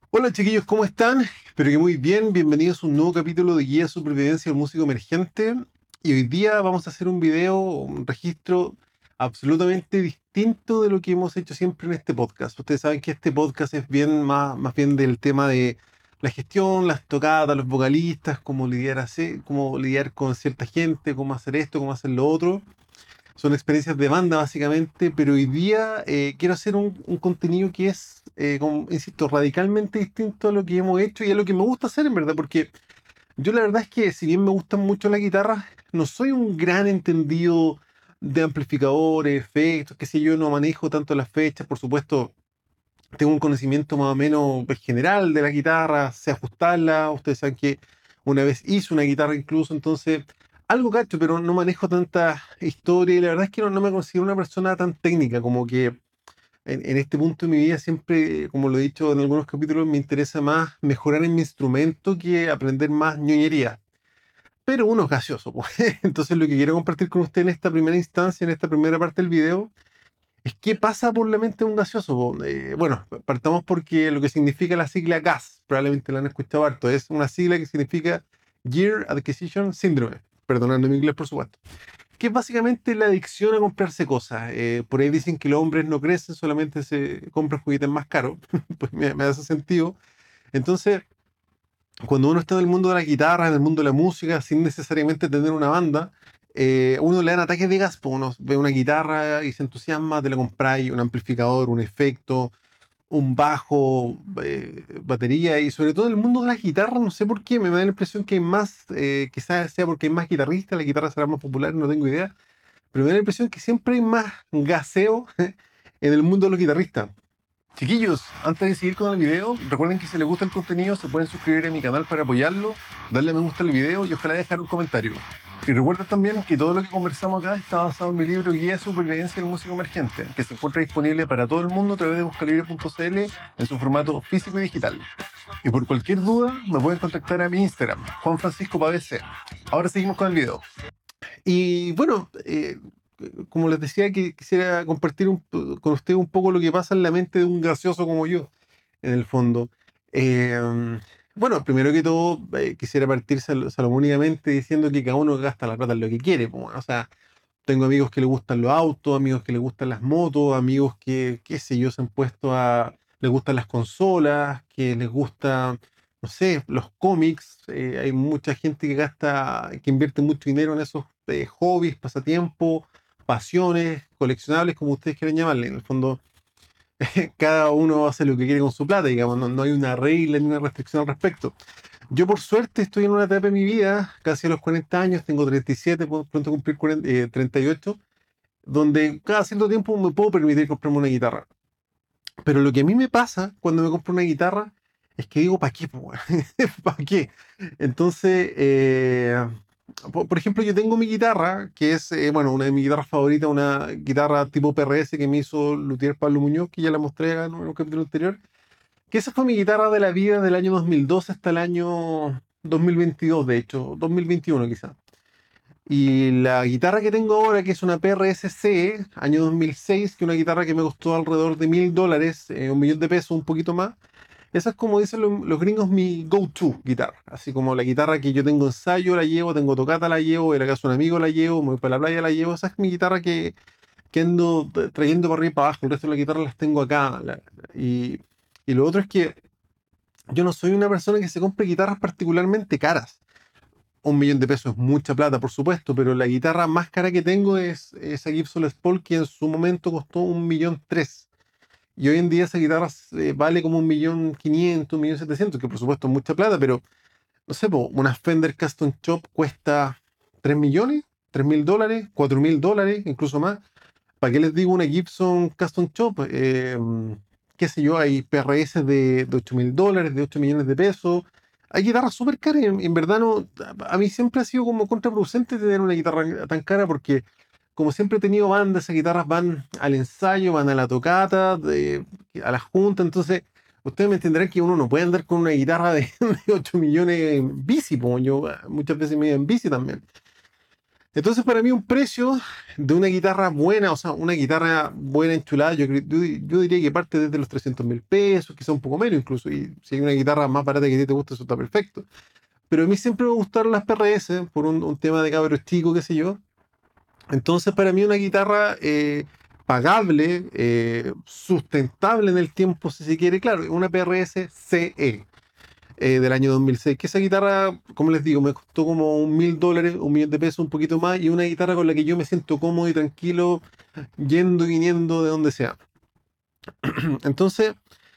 Hola chiquillos, ¿cómo están? Espero que muy bien. Bienvenidos a un nuevo capítulo de Guía de Supervivencia del Músico Emergente. Y hoy día vamos a hacer un video, un registro absolutamente distinto de lo que hemos hecho siempre en este podcast. Ustedes saben que este podcast es bien más bien del tema de la gestión, las tocadas, los vocalistas, cómo lidiar con cierta gente, cómo hacer esto, cómo hacer lo otro. Son experiencias de banda básicamente, pero hoy día quiero hacer un contenido que es, insisto, radicalmente distinto a lo que hemos hecho y a lo que me gusta hacer en verdad, porque yo la verdad es que si bien me gustan mucho las guitarras, no soy un gran entendido de amplificadores, efectos, qué sé yo, no manejo tanto las fechas, por supuesto, tengo un conocimiento más o menos pues, general de la guitarra, sé ajustarla, ustedes saben que una vez hice una guitarra incluso, entonces algo cacho, pero no manejo tanta historia y la verdad es que no me considero una persona tan técnica, como que en este punto de mi vida siempre, como lo he dicho en algunos capítulos, me interesa más mejorar en mi instrumento que aprender más ñoñería. Pero uno es gaseoso, pues. Entonces lo que quiero compartir con usted en esta primera instancia, en esta primera parte del video, es qué pasa por la mente de un gaseoso. Po. Bueno, partamos porque lo que significa la sigla GAS, probablemente la han escuchado harto, es una sigla que significa Gear Acquisition Syndrome, perdonando mi inglés por supuesto, que es básicamente la adicción a comprarse cosas. Por ahí dicen que los hombres no crecen, solamente se compran juguetes más caros, pues me hace sentido. Entonces, cuando uno está en el mundo de la guitarra, en el mundo de la música, sin necesariamente tener una banda, uno le dan ataques de gas, pues uno ve una guitarra y se entusiasma, te la compráis, un amplificador, un efecto, un bajo, batería y sobre todo en el mundo de las guitarras, no sé por qué, me da la impresión que hay más, quizás sea porque hay más guitarristas, la guitarra será más popular, no tengo idea, pero me da la impresión que siempre hay más gaseo en el mundo de los guitarristas. Chiquillos, antes de seguir con el video, recuerden que si les gusta el contenido se pueden suscribir a mi canal para apoyarlo, darle a me gusta al video y ojalá dejar un comentario. Y recuerden también que todo lo que conversamos acá está basado en mi libro Guía de Supervivencia del Músico Emergente, que se encuentra disponible para todo el mundo a través de buscalibre.cl en su formato físico y digital. Y por cualquier duda me pueden contactar a mi Instagram, Juan Francisco Pavese. Ahora seguimos con el video. Y bueno, como les decía, que quisiera compartir con usted un poco lo que pasa en la mente de un gaseoso como yo, en el fondo. Eh, bueno, primero que todo, quisiera partir salomónicamente diciendo que cada uno gasta la plata en lo que quiere. Pues, bueno, o sea, tengo amigos que les gustan los autos, amigos que les gustan las motos, amigos que, qué sé yo, se han puesto a, les gustan las consolas, que les gusta, no sé, los cómics. Hay mucha gente que gasta, que invierte mucho dinero en esos hobbies, pasatiempos, pasiones, coleccionables, como ustedes quieran llamarle. En el fondo, cada uno hace lo que quiere con su plata, digamos, no hay una regla ni una restricción al respecto. Yo por suerte estoy en una etapa de mi vida, casi a los 40 años, tengo 37, pronto a cumplir 38, donde cada cierto tiempo me puedo permitir comprarme una guitarra. Pero lo que a mí me pasa cuando me compro una guitarra es que digo, ¿para qué? ¿Para qué? Entonces, por ejemplo, yo tengo mi guitarra, que es, bueno, una de mis guitarras favoritas, una guitarra tipo PRS que me hizo Luthier Pablo Muñoz, que ya la mostré acá en un capítulo anterior, que esa fue mi guitarra de la vida del año 2012 hasta el año 2022, de hecho, 2021 quizás. Y la guitarra que tengo ahora, que es una PRS-C, año 2006, que es una guitarra que me costó alrededor de $1.000, 1 millón de pesos, un poquito más. Esa es como dicen los gringos mi go-to guitarra. Así como la guitarra que yo tengo ensayo la llevo, tengo tocata la llevo, voy a la casa de un amigo la llevo, me voy para la playa la llevo. Esa es mi guitarra que ando trayendo para arriba y para abajo. El resto de las guitarras las tengo acá. Y lo otro es que yo no soy una persona que se compre guitarras particularmente caras. 1 millón de pesos es mucha plata, por supuesto, pero la guitarra más cara que tengo es esa Gibson Les Paul que en su momento costó 1.300.000. Y hoy en día esa guitarra vale como 1.500.000, 1.700.000, que por supuesto es mucha plata, pero no sé, po, una Fender Custom Shop cuesta 3 millones, $3.000, $4.000, incluso más. ¿Para qué les digo una Gibson Custom Shop? Qué sé yo, hay PRS de $8.000, de 8 millones de pesos. Hay guitarras súper caras y en verdad no, a mí siempre ha sido como contraproducente tener una guitarra tan cara porque como siempre he tenido bandas, esas guitarras van al ensayo, van a la tocata, a la junta, entonces ustedes me entenderán que uno no puede andar con una guitarra de 8 millones en bici, como yo muchas veces me he ido en bici también. Entonces, para mí, un precio de una guitarra buena, o sea, una guitarra buena enchulada, yo diría que parte desde los 300.000 pesos, quizá un poco menos incluso. Y si hay una guitarra más barata que a ti te gusta, eso está perfecto. Pero a mí siempre me gustaron las PRS por un tema de cabros chicos, qué sé yo. Entonces, para mí, una guitarra pagable, sustentable en el tiempo, si se quiere, claro, una PRS CE del año 2006. Que esa guitarra, como les digo, me costó como $1.000, 1.000.000 pesos, un poquito más, y una guitarra con la que yo me siento cómodo y tranquilo yendo y viniendo de donde sea. Entonces,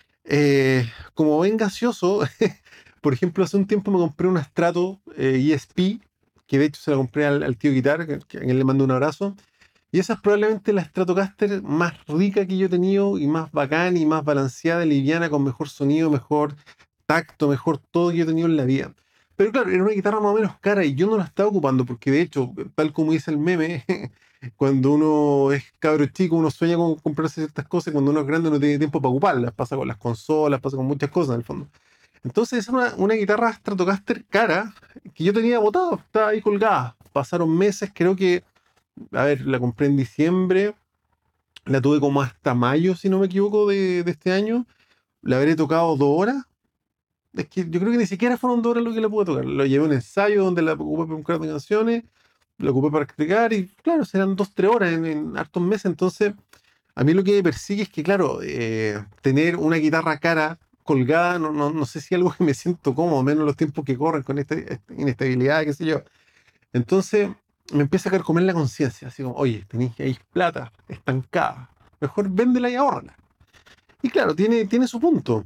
como ven gaseoso, por ejemplo, hace un tiempo me compré una Strato ESP, que de hecho se la compré al tío Guitar, que a quien le mando un abrazo. Y esa es probablemente la Stratocaster más rica que yo he tenido y más bacán y más balanceada, liviana, con mejor sonido, mejor tacto, mejor todo que yo he tenido en la vida. Pero claro, era una guitarra más o menos cara y yo no la estaba ocupando porque de hecho, tal como dice el meme, cuando uno es cabro chico uno sueña con comprarse ciertas cosas y cuando uno es grande no tiene tiempo para ocuparlas. Pasa con las consolas, pasa con muchas cosas en el fondo. Entonces es una guitarra Stratocaster cara que yo tenía botada, estaba ahí colgada. Pasaron meses, creo que, a ver, la compré en diciembre, la tuve como hasta mayo, si no me equivoco, de este año. La habré tocado 2 horas. Es que yo creo que ni siquiera fueron 2 horas lo que le pude tocar. Lo llevé a un ensayo donde la ocupé para un par de canciones, la ocupé para practicar y claro, serán 2, 3 horas en hartos meses. Entonces, a mí lo que me persigue es que, claro, tener una guitarra cara colgada, no sé si es algo que me siento cómodo, menos los tiempos que corren con esta inestabilidad, qué sé yo. Entonces, me empieza a carcomer la conciencia, así como, oye, tenéis ahí plata estancada, mejor véndela y ahórrala. Y claro, tiene su punto.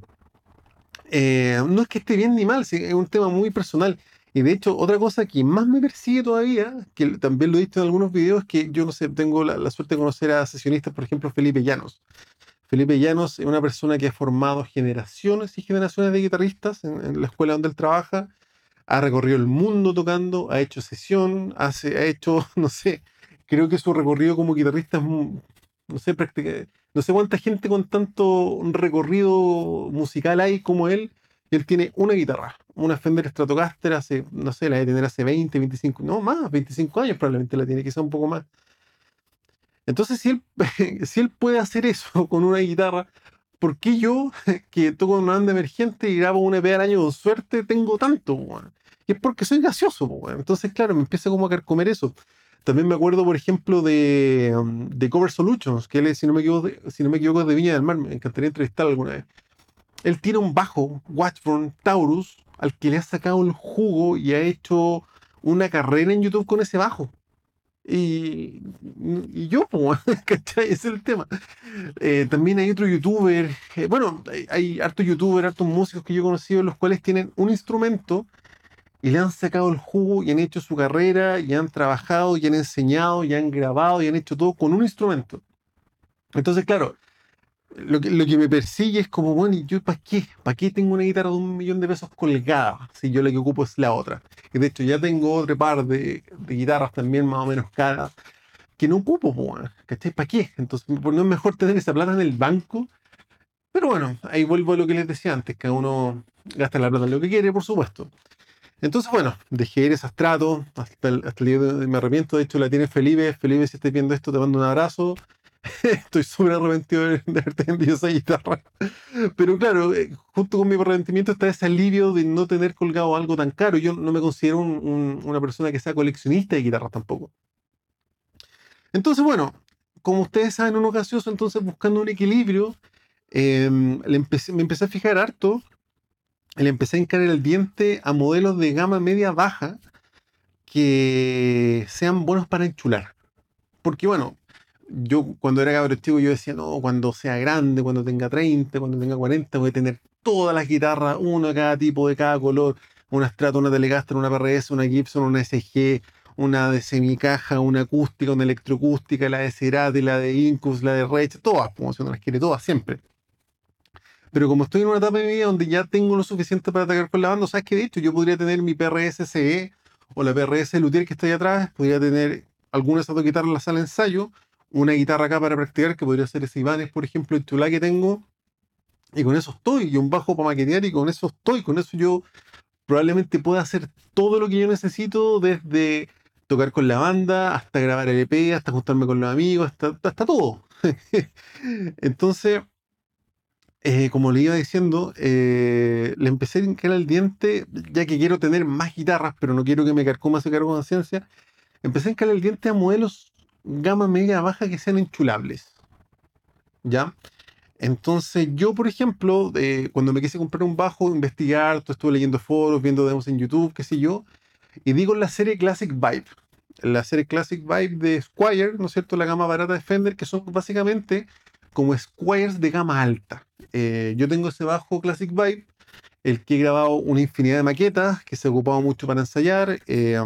No es que esté bien ni mal, sí, es un tema muy personal. Y de hecho, otra cosa que más me persigue todavía, que también lo he visto en algunos videos, es que yo no sé, tengo la suerte de conocer a sesionistas, por ejemplo, Felipe Llanos. Felipe Llanos es una persona que ha formado generaciones y generaciones de guitarristas en la escuela donde él trabaja, ha recorrido el mundo tocando, ha hecho sesión, ha hecho, no sé, creo que su recorrido como guitarrista es, no sé, no sé cuánta gente con tanto recorrido musical hay como él, y él tiene una guitarra, una Fender Stratocaster hace, no sé, la debe tener hace 20, 25, no más, 25 años probablemente la tiene, quizá un poco más. Entonces, si él, si él puede hacer eso con una guitarra, ¿por qué yo, que toco en una banda emergente y grabo un EP al año con suerte, tengo tanto, weón? Y es porque soy gracioso, weón. Entonces, claro, me empieza como a carcomer eso. También me acuerdo, por ejemplo, de Cover Solutions, que él, es, si no me equivoco, es de Viña del Mar. Me encantaría entrevistarlo alguna vez. Él tiene un bajo, Washburn Taurus, al que le ha sacado el jugo y ha hecho una carrera en YouTube con ese bajo. Y, y yo, pues, ¿cachai? Ese es el tema. También hay otro youtuber, bueno, hay hartos youtubers, hartos músicos que yo he conocido, los cuales tienen un instrumento y le han sacado el jugo y han hecho su carrera y han trabajado y han enseñado y han grabado y han hecho todo con un instrumento. Entonces, claro, lo que me persigue es como, bueno, ¿y yo para qué? ¿Para qué tengo una guitarra de 1.000.000 de pesos colgada si yo la que ocupo es la otra? Y de hecho ya tengo otro par de guitarras también más o menos caras que no ocupo, po, weón, ¿cachai? ¿Para qué? Entonces, pues, no es mejor tener esa plata en el banco. Pero bueno, ahí vuelvo a lo que les decía antes, cada uno gasta la plata en lo que quiere, por supuesto. Entonces, bueno, dejé ir ese trato, hasta el día de hoy me arrepiento, de hecho la tiene Felipe. Felipe, si estás viendo esto, te mando un abrazo. Estoy súper arrepentido de haberte vendido esa guitarra. Pero claro, junto con mi arrepentimiento está ese alivio de no tener colgado algo tan caro. Yo no me considero una persona que sea coleccionista de guitarras tampoco. Entonces, bueno, como ustedes saben, uno gaseoso, entonces buscando un equilibrio, me empecé a fijar harto, le empecé a encarar el diente a modelos de gama media baja que sean buenos para enchular. Porque bueno, yo cuando era cabrón chico yo decía, no, cuando sea grande, cuando tenga 30, cuando tenga 40, voy a tener todas las guitarras, uno de cada tipo, de cada color, una Strato, una Telecaster, una PRS, una Gibson, una SG, una de semicaja, una acústica, una electroacústica, la de Cerati, la de Incus, la de Rage, todas, como si uno las quiere todas, siempre. Pero como estoy en una etapa de mi vida donde ya tengo lo suficiente para atacar con la banda, sabes que de hecho yo podría tener mi PRS CE o la PRS Luthier que está ahí atrás, podría tener alguna de esas dos guitarras en la sala de ensayo, una guitarra acá para practicar, que podría ser ese Ibanez, por ejemplo, el chulá que tengo, y con eso estoy, y un bajo para maquetear, y con eso estoy, con eso yo probablemente pueda hacer todo lo que yo necesito, desde tocar con la banda, hasta grabar LP, hasta juntarme con los amigos, hasta todo. Entonces, como le iba diciendo, le empecé a hincar el diente, ya que quiero tener más guitarras, pero no quiero que me carcoma ese cargo de conciencia. Empecé a hincar el diente a modelos gama media baja que sean enchulables, ¿ya? Entonces yo, por ejemplo, cuando me quise comprar un bajo, investigar, estuve leyendo foros, viendo demos en YouTube, qué sé yo, y digo la serie Classic Vibe. La serie Classic Vibe de Squier, ¿no es cierto? La gama barata de Fender, que son básicamente como Squiers de gama alta. Yo tengo ese bajo Classic Vibe, el que he grabado una infinidad de maquetas, que se ha ocupado mucho para ensayar,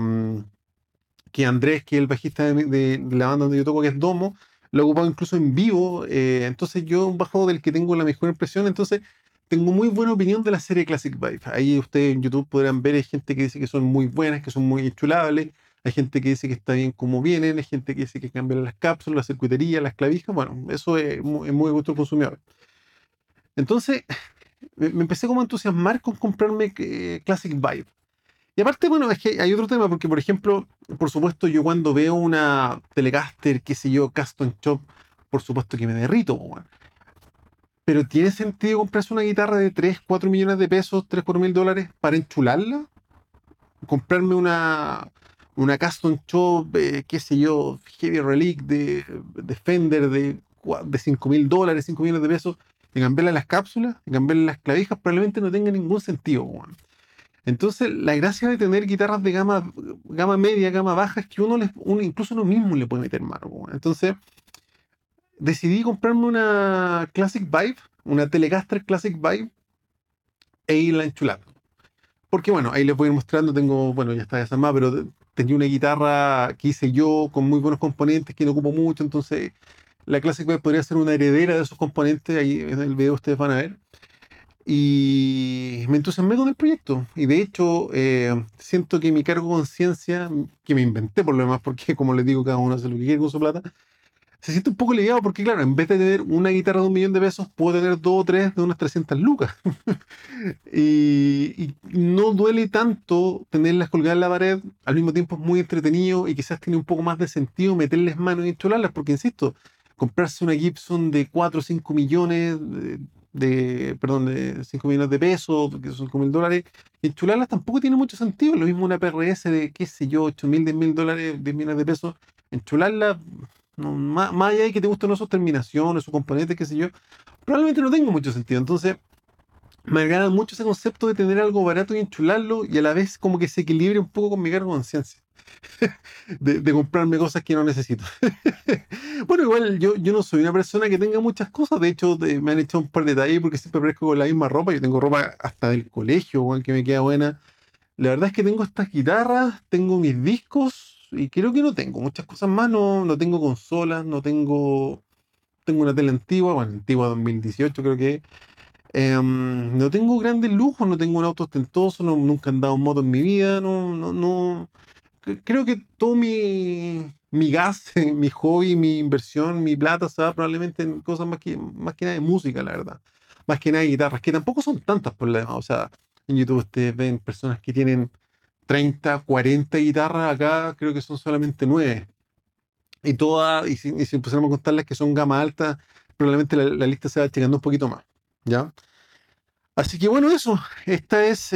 que Andrés, que es el bajista de la banda donde yo toco, que es Domo, lo he ocupado incluso en vivo. Entonces yo un bajo del que tengo la mejor impresión, entonces tengo muy buena opinión de la serie Classic Vibe. Ahí ustedes en YouTube podrán ver, hay gente que dice que son muy buenas, que son muy enchulables, hay gente que dice que está bien como vienen, hay gente que dice que cambian las cápsulas, la circuitería, las clavijas, bueno, eso es muy gusto del consumidor. Entonces me empecé como a entusiasmar con comprarme Classic Vibe. Y aparte, bueno, es que hay otro tema, porque por ejemplo, por supuesto, yo cuando veo una Telecaster, qué sé yo, Custom Shop, por supuesto que me derrito, po, weón. Pero ¿tiene sentido comprarse una guitarra de 3 4 millones de pesos, 3 4 mil dólares para enchularla? Comprarme una Custom Shop, qué sé yo, Heavy Relic de Fender de 5 mil dólares, 5 millones de pesos, y cambiarle las cápsulas, y cambiarle las clavijas, probablemente no tenga ningún sentido, weón. Entonces, la gracia de tener guitarras de gama media, gama baja, es que incluso uno mismo le puede meter mano, po. Entonces, decidí comprarme una Classic Vibe, una Telecaster Classic Vibe, e irla enchulando. Porque bueno, ahí les voy a ir mostrando, bueno, ya está desarmada, pero tenía una guitarra que hice yo con muy buenos componentes que no ocupo mucho, entonces la Classic Vibe podría ser una heredera de esos componentes, ahí en el video ustedes van a ver. Y me entusiasmé con el proyecto. Y de hecho, siento que mi cargo de conciencia, que me inventé por lo demás, porque como les digo, cada uno hace lo que quiere con su plata, se siente un poco liviado porque, claro, en vez de tener una guitarra de 1 millón de pesos, puedo tener dos o tres de unas 300 lucas. Y no duele tanto tenerlas colgadas en la pared, al mismo tiempo es muy entretenido y quizás tiene un poco más de sentido meterles mano y enchularlas, porque insisto, comprarse una Gibson de 4 o 5 millones perdón, de 5 millones de pesos, que son 5 mil dólares, y enchularlas tampoco tiene mucho sentido. Lo mismo una PRS de, qué sé yo, 8 mil, 10 mil dólares, 10 millones de pesos, enchularla, no, más allá de que te gusten sus terminaciones, sus componentes, qué sé yo, probablemente no tenga mucho sentido. Entonces, me agrada mucho ese concepto de tener algo barato y enchularlo y a la vez como que se equilibre un poco con mi cargo de conciencia. De comprarme cosas que no necesito. Bueno, igual yo no soy una persona que tenga muchas cosas. De hecho, me han echado un par de detalles porque siempre aparezco con la misma ropa. Yo tengo ropa hasta del colegio, weón, que me queda buena. La verdad es que tengo estas guitarras, tengo mis discos y creo que no tengo muchas cosas más. No tengo consolas, no tengo. Tengo una tele antigua, bueno, antigua 2018 creo que. No tengo grandes lujos, no tengo un auto ostentoso, nunca he andado en moto en mi vida, no. Creo que todo mi gas, mi hobby, mi inversión, mi plata se va probablemente en cosas más que nada de música, la verdad. Más que nada de guitarras, que tampoco son tantas por la demás. O sea, en YouTube ustedes ven personas que tienen 30 40 guitarras, acá creo que son solamente 9. Y si empezamos a contar las que son gama alta, probablemente la lista se va achicando un poquito más. ¿Ya? Así que bueno, eso. Esta es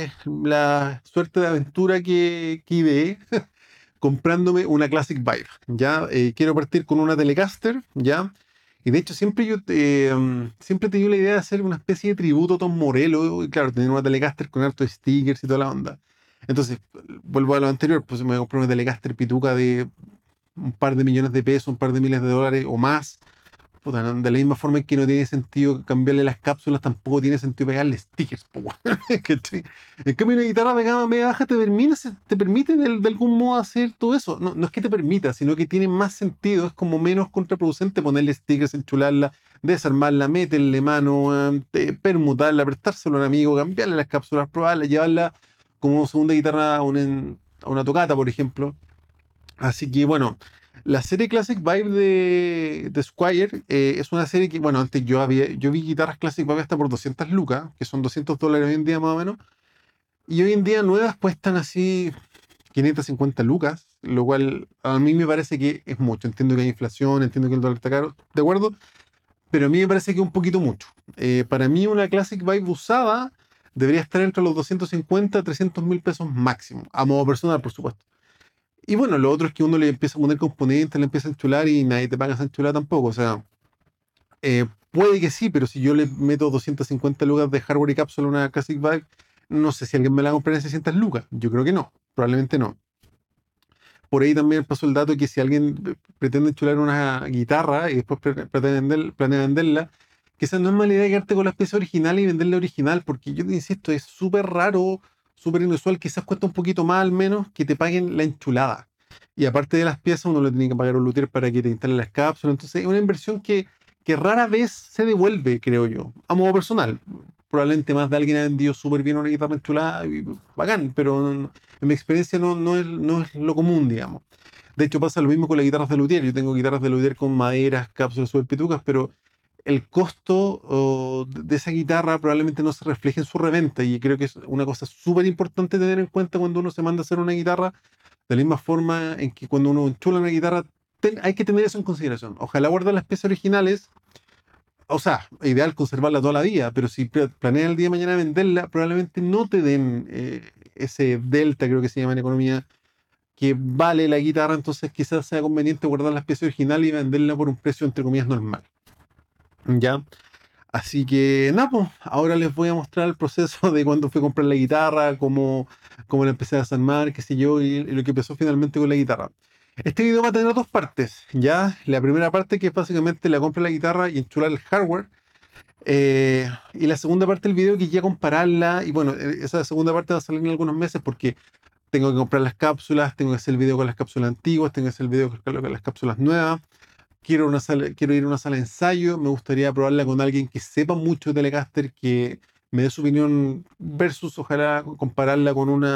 la suerte de aventura que ideé comprándome una Classic Vibe. Ya. Quiero partir con una Telecaster, ya. Y de hecho siempre he tenido la idea de hacer una especie de tributo a Tom Morello. Y claro, tener una Telecaster con hartos stickers y toda la onda. Entonces, vuelvo a lo anterior, pues me voy a comprar una Telecaster pituca de un par de millones de pesos, un par de miles de dólares o más. Puta, de la misma forma en que no tiene sentido cambiarle las cápsulas, tampoco tiene sentido pegarle stickers, po, weón. ¿Cachai? En cambio, una guitarra de gama media baja te permite de algún modo hacer todo eso. No es que te permita, sino que tiene más sentido, es como menos contraproducente ponerle stickers, enchularla, desarmarla, meterle mano, permutarla, prestárselo a un amigo, cambiarle las cápsulas, probarla, llevarla como segunda guitarra a una tocata, por ejemplo. Así que bueno, la serie Classic Vibe de Squier es una serie que, bueno, antes yo vi guitarras Classic Vibe hasta por 200 lucas, que son $200 hoy en día más o menos, y hoy en día nuevas cuestan así 550 lucas, lo cual a mí me parece que es mucho. Entiendo que hay inflación, entiendo que el dólar está caro, de acuerdo, pero a mí me parece que es un poquito mucho. Para mí una Classic Vibe usada debería estar entre los 250 a 300 mil pesos máximo, a modo personal, por supuesto. Y bueno, lo otro es que uno le empieza a poner componentes, le empieza a enchular y nadie te paga esa enchulada tampoco. O sea, puede que sí, pero si yo le meto 250 lucas de hardware y cápsula a una Classic Vibe, no sé si alguien me la va a comprar en 600 lucas. Yo creo que no, probablemente no. Por ahí también pasó el dato que si alguien pretende enchular una guitarra y después planea venderla, que esa no es mala idea quedarte con la pieza original y venderla original, porque yo te insisto, es súper raro, súper inusual, quizás cuesta un poquito más al menos que te paguen la enchulada. Y aparte de las piezas, uno le tiene que pagar a un luthier para que te instale las cápsulas. Entonces es una inversión que rara vez se devuelve, creo yo, a modo personal. Probablemente más de alguien ha vendido súper bien una guitarra enchulada y bacán, pero en mi experiencia no es lo común, digamos. De hecho, pasa lo mismo con las guitarras de luthier. Yo tengo guitarras de luthier con maderas, cápsulas súper pitucas, pero el costo de esa guitarra probablemente no se refleje en su reventa y creo que es una cosa súper importante tener en cuenta cuando uno se manda a hacer una guitarra, de la misma forma en que cuando uno enchula una guitarra, hay que tener eso en consideración. Ojalá guardar las piezas originales, o sea, ideal conservarla toda la vida, pero si planeas el día de mañana venderla, probablemente no te den ese delta, creo que se llama en economía, que vale la guitarra, entonces quizás sea conveniente guardar las piezas originales y venderla por un precio entre comillas normal. ¿Ya? Así que nada, pues, ahora les voy a mostrar el proceso de cuando fui a comprar la guitarra, cómo la empecé a desarmar, qué sé yo, y lo que empezó finalmente con la guitarra. Este video va a tener dos partes, ¿ya? La primera parte que es básicamente la compra de la guitarra y enchular el hardware. Y la segunda parte del video que ya compararla, y bueno, esa segunda parte va a salir en algunos meses porque tengo que comprar las cápsulas, tengo que hacer el video con las cápsulas antiguas, tengo que hacer el video con las cápsulas nuevas. Quiero ir a una sala de ensayo, me gustaría probarla con alguien que sepa mucho de Telecaster, que me dé su opinión versus ojalá compararla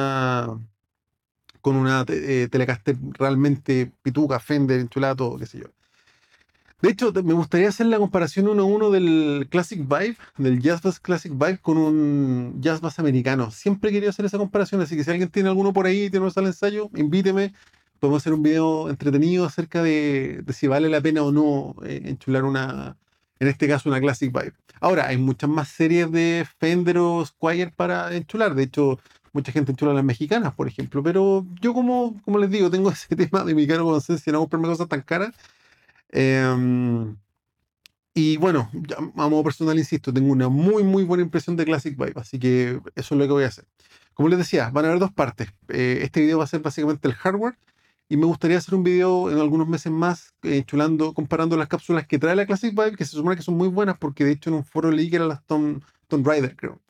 con una Telecaster realmente pituca, Fender, enchulada, todo, qué sé yo. De hecho, me gustaría hacer la comparación uno a uno del Classic Vibe, del Jazz Bass Classic Vibe con un Jazz Bass americano. Siempre he querido hacer esa comparación, así que si alguien tiene alguno por ahí, tiene una sala de ensayo, invíteme. Podemos hacer un video entretenido acerca de si vale la pena o no enchular en este caso, una Classic Vibe. Ahora, hay muchas más series de Fender o Squier para enchular. De hecho, mucha gente enchula las mexicanas, por ejemplo. Pero yo, como les digo, tengo ese tema de mi caro conciencia, no comprarme cosas tan caras. Em, y bueno, a modo personal, insisto, tengo una muy, muy buena impresión de Classic Vibe, así que eso es lo que voy a hacer. Como les decía, van a haber dos partes. Este video va a ser básicamente el hardware y me gustaría hacer un video en algunos meses más chulando, comparando las cápsulas que trae la Classic Vibe, que se supone que son muy buenas porque de hecho en un foro leí que eran las Tomb Raider, creo.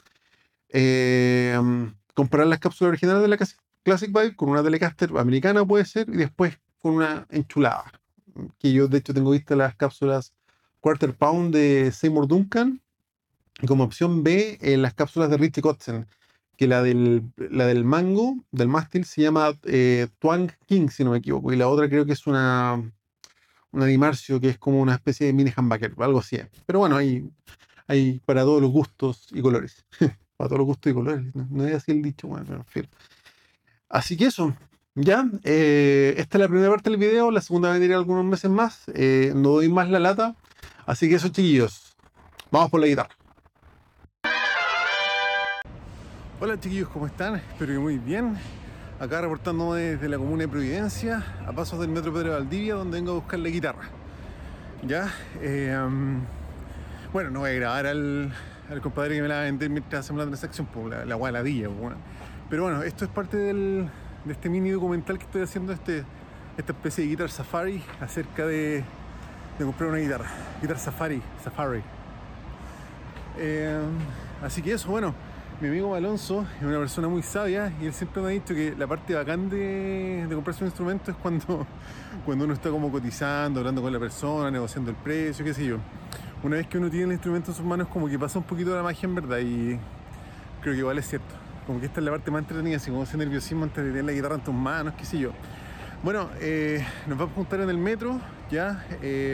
Comparar las cápsulas originales de la Classic Vibe con una Telecaster americana puede ser y después con una enchulada. Que yo de hecho tengo vistas las cápsulas Quarter Pound de Seymour Duncan y como opción B las cápsulas de Richie Kotzen, que la del Mango, del mástil, se llama Twang King, si no me equivoco, y la otra creo que es una Dimarcio, que es como una especie de mini humbucker, algo así es. Pero bueno, hay para todos los gustos y colores. Para todos los gustos y colores, no es así el dicho, bueno, pero en fin. Así que eso, ya. Esta es la primera parte del video, la segunda va a venir algunos meses más. No doy más la lata. Así que eso, chiquillos. Vamos por la guitarra. Hola, chiquillos, ¿cómo están? Espero que muy bien. Acá reportándome desde la comuna de Providencia, a pasos del metro Pedro de Valdivia, donde vengo a buscar la guitarra. Ya. Bueno, no voy a grabar al compadre que me la va a vender mientras hacemos la transacción, pues la gualadilla, pues, bueno. Pero bueno, esto es parte de este mini documental que estoy haciendo, esta especie de Guitar Safari acerca de comprar una guitarra. Guitar Safari. Así que eso, bueno, mi amigo Alonso es una persona muy sabia y él siempre me ha dicho que la parte bacán de comprarse un instrumento es cuando uno está como cotizando, hablando con la persona, negociando el precio, qué sé yo. Una vez que uno tiene el instrumento en sus manos, como que pasa un poquito de la magia en verdad, y creo que igual es cierto. Como que esta es la parte más entretenida, así como ese nerviosismo antes de tener la guitarra en tus manos, qué sé yo. Bueno, nos vamos a juntar en el metro, ya.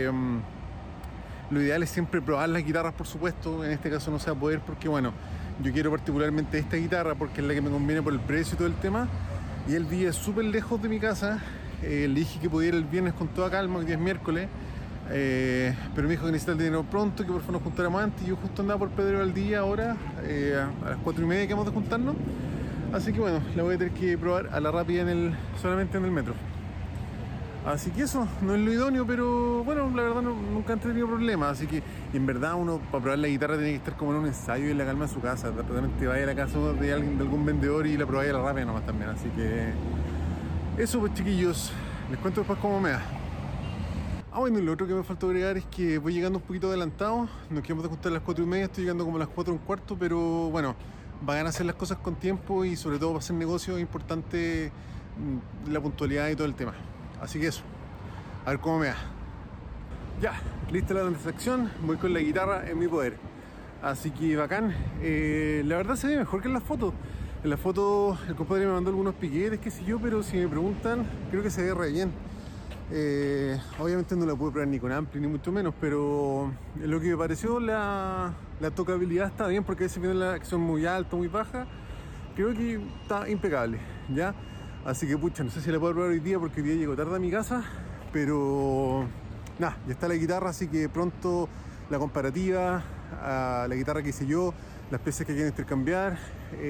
Lo ideal es siempre probar las guitarras, por supuesto. En este caso no se va a poder porque, bueno, yo quiero particularmente esta guitarra porque es la que me conviene por el precio y todo el tema. Y él vive súper lejos de mi casa Le dije que podía ir el viernes con toda calma, hoy día es miércoles. Pero me dijo que necesitaba el dinero pronto, que por favor nos juntáramos antes. Y yo justo andaba por Pedro Valdivia ahora, a las 4:30 que vamos de juntarnos. Así que bueno, la voy a tener que probar a la rápida solamente en el metro. Así que eso, no es lo idóneo, pero bueno, la verdad nunca han tenido problemas. Así que en verdad uno para probar la guitarra tiene que estar como en un ensayo y en la calma de su casa. Realmente vaya a la casa de algún vendedor y la probáis a la rápida nomás también. Así que eso pues chiquillos, les cuento después cómo me da. Bueno, y lo otro que me faltó agregar es que voy llegando un poquito adelantado. Nos quedamos de juntar a las 4:30, estoy llegando como a las 4:15, pero bueno, van a hacer las cosas con tiempo y sobre todo para hacer negocios es importante la puntualidad y todo el tema. Así que eso, a ver cómo me da. Ya, lista la transacción, voy con la guitarra en mi poder. Así que bacán. La verdad se ve mejor que en las fotos. En las fotos el compadre me mandó algunos piquetes, qué sé yo, pero si me preguntan, creo que se ve re bien. Obviamente no la pude probar ni con ampli ni mucho menos, pero lo que me pareció la tocabilidad está bien, porque a veces viene la acción muy alta, muy baja. Creo que está impecable, ¿ya? Así que pucha, no sé si la puedo probar hoy día porque hoy día llego tarde a mi casa, pero nada, ya está la guitarra, así que pronto la comparativa a la guitarra que hice yo, las piezas que quiero intercambiar.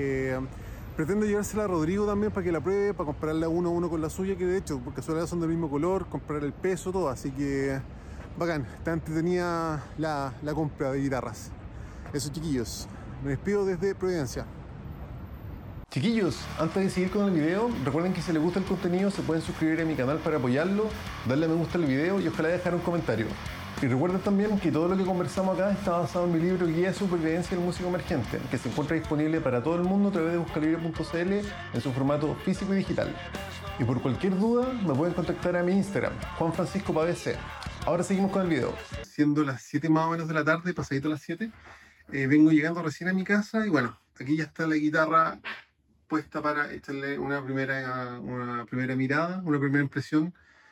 Pretendo llevársela a Rodrigo también para que la pruebe, para compararla uno a uno con la suya, que de hecho, por casualidad son del mismo color, comprar el peso, todo, así que bacán, está entretenida la compra de guitarras. Eso chiquillos, me despido desde Providencia. Chiquillos, antes de seguir con el video, recuerden que si les gusta el contenido se pueden suscribir a mi canal para apoyarlo, darle a me gusta al video y ojalá dejar un comentario. Y recuerden también que todo lo que conversamos acá está basado en mi libro Guía de Supervivencia del Músico Emergente, que se encuentra disponible para todo el mundo a través de buscalibre.cl en su formato físico y digital. Y por cualquier duda me pueden contactar a mi Instagram, Juan Francisco Pavese. Ahora seguimos con el video. Siendo las 7 más o menos de la tarde, pasadito las 7, vengo llegando recién a mi casa y bueno, aquí ya está la guitarra puesta para echarle una primera mirada, una primera impresión.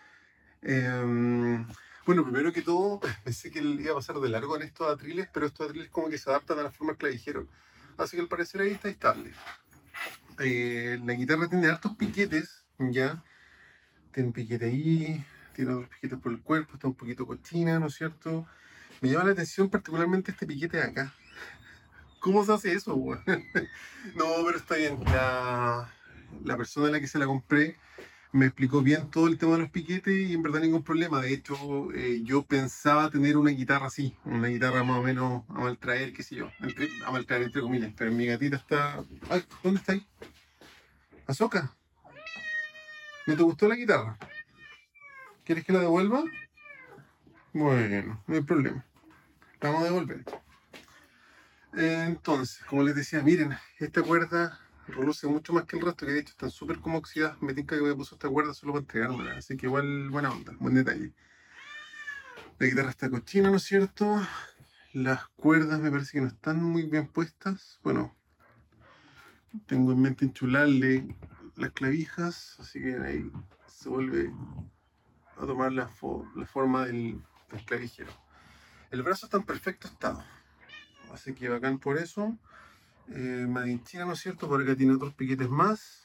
Bueno, primero que todo, pensé que él iba a pasar de largo en estos atriles, pero estos atriles como que se adaptan a la forma del clavijero, así que al parecer ahí está estable. La guitarra tiene hartos piquetes, ya. Tiene un piquete ahí, tiene otros piquetes por el cuerpo, está un poquito cochina, ¿no es cierto? Me llama la atención particularmente este piquete de acá. ¿Cómo se hace eso, güey? No, pero está bien. La persona a la que se la compré me explicó bien todo el tema de los piquetes y en verdad ningún problema. De hecho, yo pensaba tener una guitarra así, una guitarra más o menos a maltraer, qué sé yo, a maltraer entre comillas, pero mi gatita está... Ay, ¿dónde está ahí? Azoka, ¿no te gustó la guitarra? ¿Quieres que la devuelva? Bueno, no hay problema. La vamos a devolver. Entonces, como les decía, miren, esta cuerda reluce mucho más que el resto, que de hecho están súper como oxidadas. Me tinca que me puso esta cuerda solo para entregármela, así que igual buena onda, buen detalle. La guitarra está cochina, ¿no es cierto? Las cuerdas me parece que no están muy bien puestas. Bueno, tengo en mente enchularle las clavijas, así que ahí se vuelve a tomar la forma del clavijero. El brazo está en perfecto estado, así que bacán por eso. Made in China, ¿no es cierto? Por acá tiene otros piquetes más.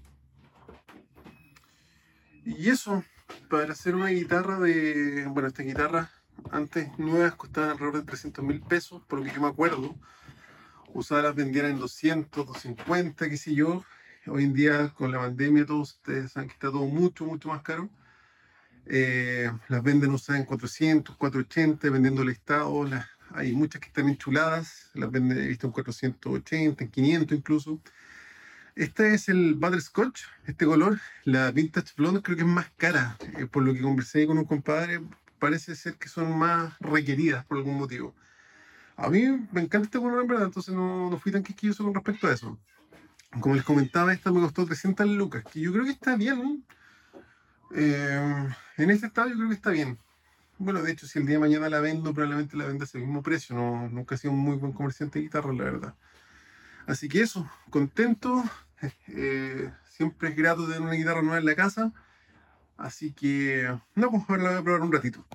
Y eso, para hacer una guitarra de... Bueno, esta guitarra antes nuevas costaban alrededor de 300.000 pesos, por lo que yo me acuerdo. Usadas las vendían en 200, 250, qué sé yo. Hoy en día, con la pandemia, todos ustedes saben que está todo mucho, mucho más caro. Las venden usadas en 400, 480, vendiendo el estado. Hay muchas que están enchuladas, las venden, he visto en 480, en 500 incluso. Este es el Butterscotch, este color, la Vintage Blonde creo que es más cara. Por lo que conversé con un compadre, parece ser que son más requeridas por algún motivo. A mí me encanta este color en verdad, entonces no fui tan quisquilloso con respecto a eso. Como les comentaba, esta me costó 300 lucas, que yo creo que está bien. En este estado yo creo que está bien. Bueno, de hecho, si el día de mañana la vendo, probablemente la venda a ese mismo precio. Nunca he sido un muy buen comerciante de guitarra, la verdad. Así que eso, contento. Siempre es grato tener una guitarra nueva en la casa. Así que, no, pues ahora la voy a probar un ratito.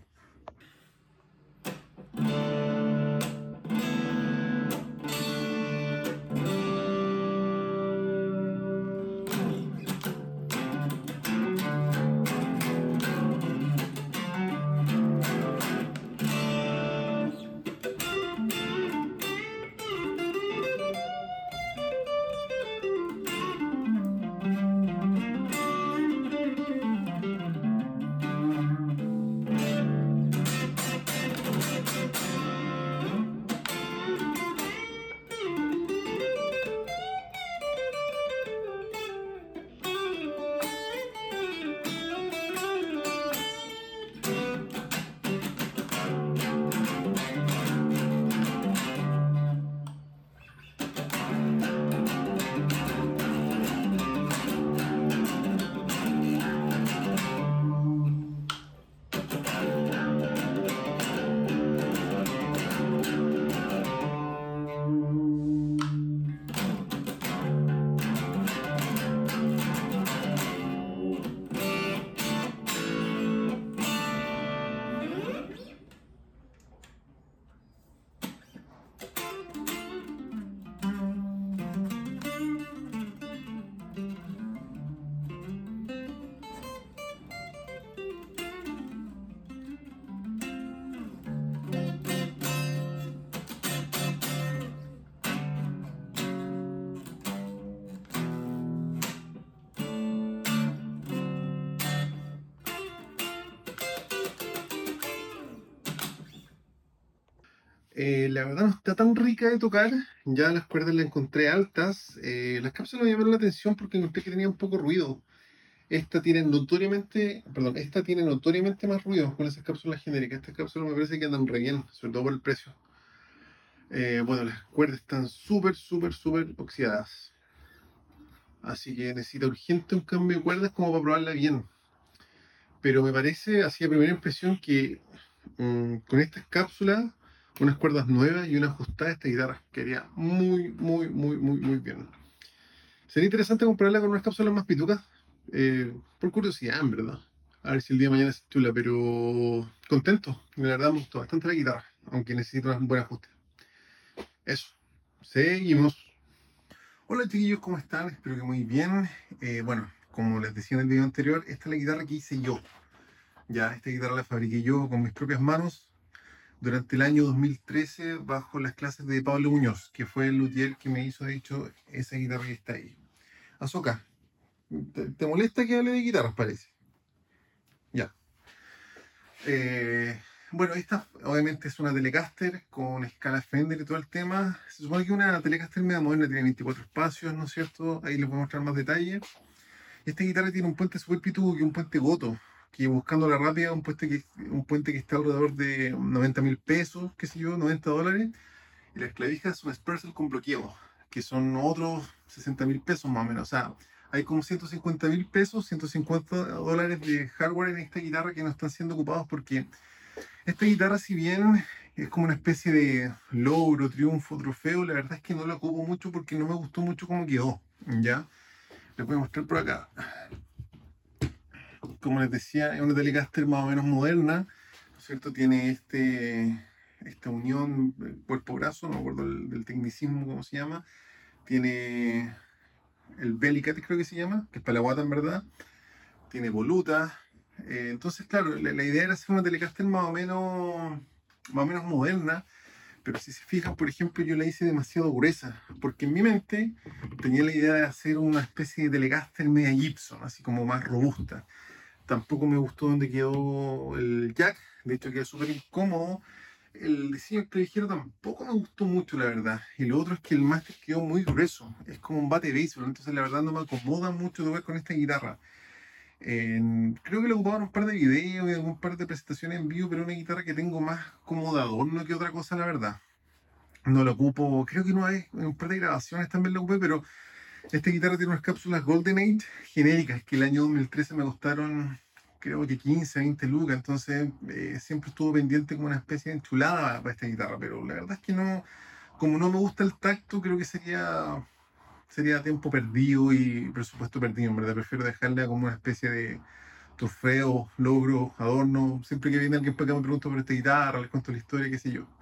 La verdad no está tan rica de tocar. Ya las cuerdas las encontré altas. Las cápsulas me llamaron la atención porque encontré que tenía un poco ruido. Esta tiene notoriamente más ruido con esas cápsulas genéricas. Estas cápsulas me parece que andan re bien, sobre todo por el precio. Bueno, las cuerdas están súper, súper, súper oxidadas. Así que necesita urgente un cambio de cuerdas como para probarla bien. Pero me parece, así a primera impresión, que con estas cápsulas, unas cuerdas nuevas y una ajustada, esta guitarra quedaría muy, muy, muy, muy, muy bien. Sería interesante comprarla con unas cápsulas más pitucas, por curiosidad, en verdad. A ver si el día de mañana se titula, pero contento. La verdad me gustó bastante la guitarra, aunque necesito un buen ajuste. Eso. Seguimos. Hola chiquillos, ¿cómo están? Espero que muy bien. Bueno, como les decía en el video anterior, esta es la guitarra que hice yo. Ya, esta guitarra la fabriqué yo con mis propias manos durante el año 2013 bajo las clases de Pablo Muñoz, que fue el luthier que me hizo, de hecho, esa guitarra que está ahí. Azoka, ¿te molesta que hable de guitarras, parece? Ya. Eh, bueno, esta obviamente es una Telecaster con escala Fender y todo el tema. Se supone que una Telecaster media moderna tiene 24 espacios, ¿no es cierto? Ahí les voy a mostrar más detalle. Esta guitarra tiene un puente super pitudo y un puente Goto, que buscando la rápida, un puente que está alrededor de 90.000 pesos, qué sé yo, $90. Y las clavijas son Spursel con bloqueo, que son otros 60.000 pesos más o menos. O sea, hay como 150.000 pesos, $150 de hardware en esta guitarra que no están siendo ocupados porque esta guitarra, si bien es como una especie de logro, triunfo, trofeo, la verdad es que no la ocupo mucho porque no me gustó mucho cómo quedó. ¿Ya? Les voy a mostrar por acá. Como les decía, es una Telecaster más o menos moderna, ¿no es cierto? Tiene esta unión cuerpo-brazo, no me acuerdo del tecnicismo, cómo se llama. Tiene el Bellicat, creo que se llama, que es para la guata en verdad. Tiene voluta. Entonces, claro, la idea era hacer una Telecaster más o menos moderna, pero si se fijan, por ejemplo, yo la hice demasiado gruesa, porque en mi mente tenía la idea de hacer una especie de Telecaster media Gibson, así como más robusta. Tampoco me gustó donde quedó el jack, de hecho quedó súper incómodo. El diseño clavijero tampoco me gustó mucho, la verdad. Y lo otro es que el máster quedó muy grueso, es como un bate béisbol, entonces la verdad no me acomoda mucho tocar con esta guitarra. Creo que lo ocupaba en un par de videos y algún par de presentaciones en vivo, pero una guitarra que tengo más como de adorno que otra cosa, la verdad. No la ocupo, creo que no hay, en un par de grabaciones también la ocupé, pero esta guitarra tiene unas cápsulas Golden Age genéricas que el año 2013 me costaron, creo que 15, 20 lucas. Entonces siempre estuvo pendiente como una especie de enchulada para esta guitarra. Pero la verdad es que no, como no me gusta el tacto, creo que sería tiempo perdido y presupuesto perdido. En verdad, prefiero dejarla como una especie de trofeo, logro, adorno. Siempre que viene alguien para acá me pregunto por esta guitarra, les cuento la historia, qué sé yo.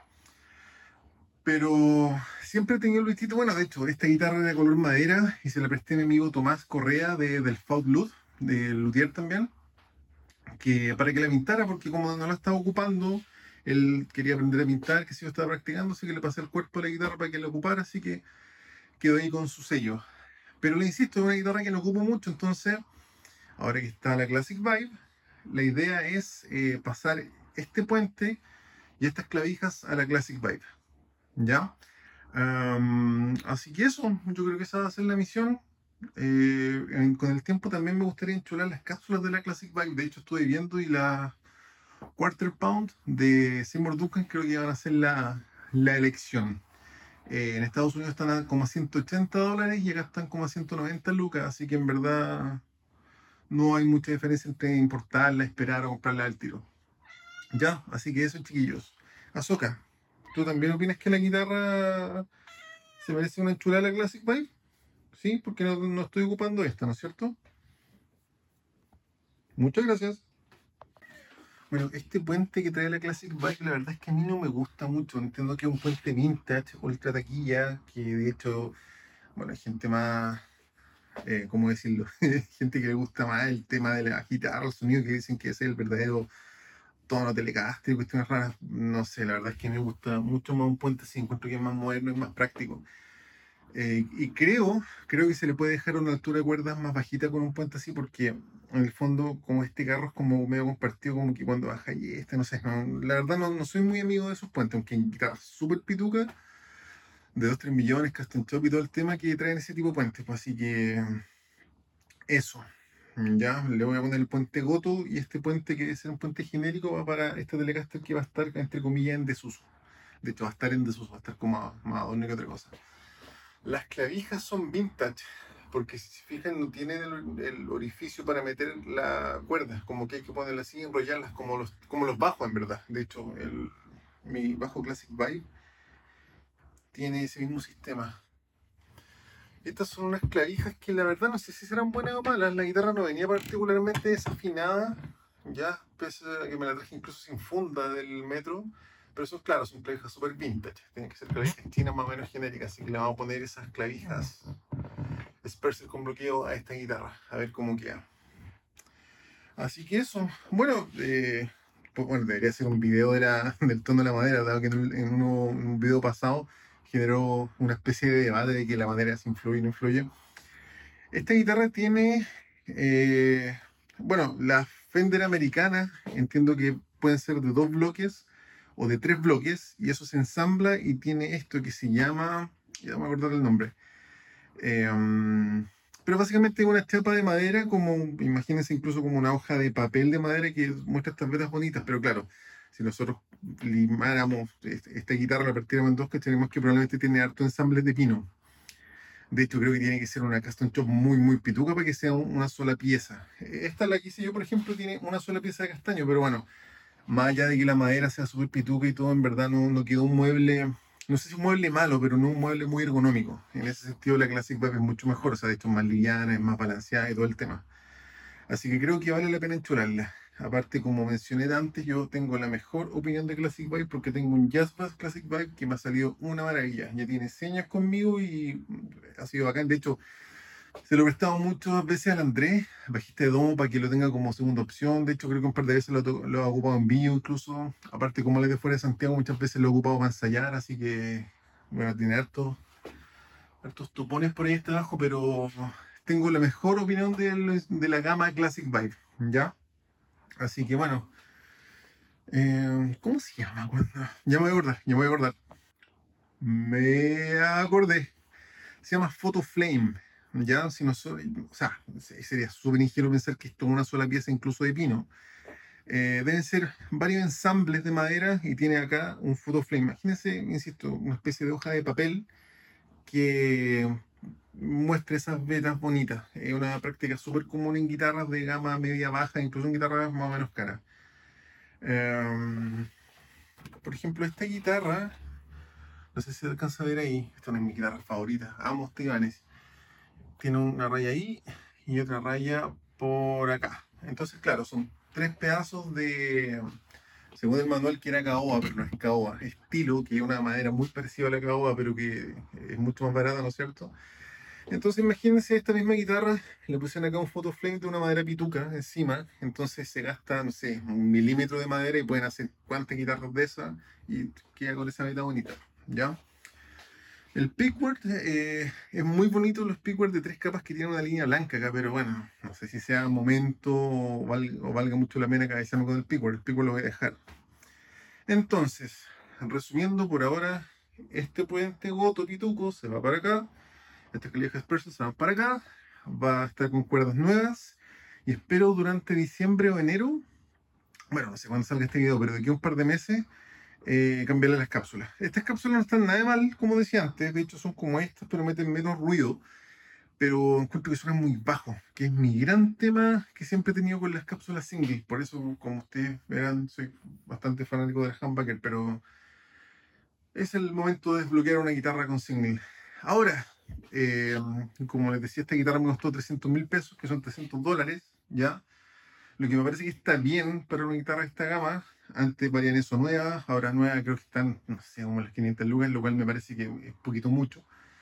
Pero siempre he tenido el vistito. Bueno, de hecho, esta guitarra era de color madera y se la presté a mi amigo Tomás Correa del Fault Luthier, de Luthier también, que para que la pintara, porque como no la estaba ocupando, él quería aprender a pintar, que si yo estaba practicando, así que le pasé el cuerpo de la guitarra para que la ocupara, así que quedó ahí con su sello. Pero le insisto, es una guitarra que no ocupo mucho, entonces, ahora que está la Classic Vibe, la idea es pasar este puente y estas clavijas a la Classic Vibe. ¿Ya? Así que eso, yo creo que esa va a ser la misión. Con el tiempo también me gustaría enchular las cápsulas de la Classic Bike. De hecho, estuve viendo y la Quarter Pound de Seymour Duncan creo que van a ser la elección. En Estados Unidos están como a $180 y acá están como a 190 lucas, así que en verdad no hay mucha diferencia entre importarla, esperar o comprarla al tiro. Ya, así que eso, chiquillos. Azoka, ¿tú también opinas que la guitarra se merece una enchulada la Classic Vibe? Sí, porque no estoy ocupando esta, ¿no es cierto? Muchas gracias. Bueno, este puente que trae la Classic Bike, la verdad es que a mí no me gusta mucho. Entiendo que es un puente vintage, ultra taquilla, que de hecho, bueno, hay gente más, ¿cómo decirlo? Gente que le gusta más el tema de la guitarra, el sonido, que dicen que ese es el verdadero tono Telecaster y cuestiones raras. No sé, la verdad es que me gusta mucho más un puente así, encuentro que es más moderno y más práctico. Y creo que se le puede dejar una altura de cuerdas más bajita con un puente así, porque en el fondo, como este carro es como medio compartido, como que cuando baja y no sé, la verdad no soy muy amigo de esos puentes, aunque en guitarras súper pitucas, de 2 3 millones, Custom Shop y todo el tema que traen ese tipo de puentes, pues así que eso. Ya, le voy a poner el puente Goto y este puente que debe ser un puente genérico va para este Telecaster que va a estar, entre comillas, en desuso. De hecho, va a estar en desuso, va a estar como más adorno que otra cosa. Las clavijas son vintage, porque si se fijan no tienen el orificio para meter la cuerda, como que hay que ponerla así y enrollarlas como los bajos en verdad. De hecho, mi bajo Classic Vibe tiene ese mismo sistema. Estas son unas clavijas que la verdad no sé si serán buenas o malas. La guitarra no venía particularmente desafinada, ya, pese a que me la traje incluso sin funda del metro. Pero son, claro, son clavijas super vintage. Tienen que ser clavijas chinas más o menos genéricas, así que le vamos a poner esas clavijas Sperser con bloqueo a esta guitarra, a ver cómo queda. Así que eso, bueno, pues bueno, debería ser un video del tono de la madera, dado que en un video pasado generó una especie de debate de que la madera se influye o no influye. Esta guitarra tiene, bueno, las Fender americanas, entiendo que pueden ser de 2 bloques o de 3 bloques, y eso se ensambla y tiene esto que se llama, ya no me acuerdo el nombre. Pero básicamente es una chapa de madera, como, imagínense incluso como una hoja de papel de madera que muestra estas vetas bonitas, pero claro, si nosotros limáramos esta guitarra, la partiéramos en dos, que tenemos que probablemente tiene harto ensamble de pino. De hecho, creo que tiene que ser una custom shop muy, muy pituca para que sea una sola pieza. Esta, la que hice yo, por ejemplo, tiene una sola pieza de castaño, pero bueno, más allá de que la madera sea súper pituca y todo, en verdad no quedó un mueble, no sé si un mueble malo, pero no un mueble muy ergonómico. En ese sentido, la Classic Vibe es mucho mejor, o sea, de hecho es más liviana, es más balanceada y todo el tema. Así que creo que vale la pena enchularla. Aparte, como mencioné antes, yo tengo la mejor opinión de Classic Vibe porque tengo un Jazz Bass Classic Vibe que me ha salido una maravilla. Ya tiene señas conmigo y ha sido bacán. De hecho, se lo he prestado muchas veces al Andrés, bajista de domo, para que lo tenga como segunda opción. De hecho, creo que un par de veces lo ha ocupado en vivo incluso. Aparte, como él es de fuera de Santiago, muchas veces lo he ocupado para ensayar, así que, bueno, tiene hartos tupones por ahí este abajo, pero tengo la mejor opinión de la gama Classic Vibe, ¿ya? Así que, bueno, ¿cómo se llama? Ya me voy a acordar, ya me voy a acordar. Me acordé. Se llama Photo Flame. Ya, si no o sea, sería súper ingenuo pensar que esto es una sola pieza, incluso de pino. Deben ser varios ensambles de madera y tiene acá un Photo Flame. Imagínense, insisto, una especie de hoja de papel que muestre esas vetas bonitas. Es una práctica súper común en guitarras de gama media baja, incluso en guitarras más o menos caras. Por ejemplo, esta guitarra, no sé si se alcanza a ver ahí, esta no es mi guitarra favorita, amo Estebanes. Tiene una raya ahí y otra raya por acá. Entonces, claro, son 3 pedazos según el manual, que era caoba, pero no es caoba, es tilo, que es una madera muy parecida a la caoba, pero que es mucho más barata, ¿no es cierto? Entonces, imagínense esta misma guitarra, le pusieron acá un photoflame de una madera pituca encima, entonces se gasta, no sé, 1 milímetro de madera y pueden hacer cuantas guitarras de esas y queda con esa veta bonita, ¿ya? El pickguard, es muy bonito, los pickguard de 3 capas que tienen una línea blanca acá, pero bueno, no sé si sea momento o valga mucho la pena cabecearme con el pickguard. El pickguard lo voy a dejar. Entonces, resumiendo por ahora, este puente Goto Pituco se va para acá, estas calijas Sperser se van para acá, va a estar con cuerdas nuevas y espero durante diciembre o enero, bueno, no sé cuándo salga este video, pero de aquí a un par de meses, cambiarle las cápsulas. Estas cápsulas no están nada mal, como decía antes, de hecho son como estas, pero meten menos ruido, pero encuentro que suenan muy bajos, que es mi gran tema que siempre he tenido con las cápsulas single. Por eso, como ustedes verán, soy bastante fanático del humbucker, pero es el momento de desbloquear una guitarra con single. Ahora, eh, como les decía, esta guitarra me costó 300.000 pesos, que son $300, ¿ya? Lo que me parece que está bien para una guitarra de esta gama. Antes valían eso nuevas, ahora nuevas creo que están, no sé, como las 500 lucas, lo cual me parece que es poquito mucho.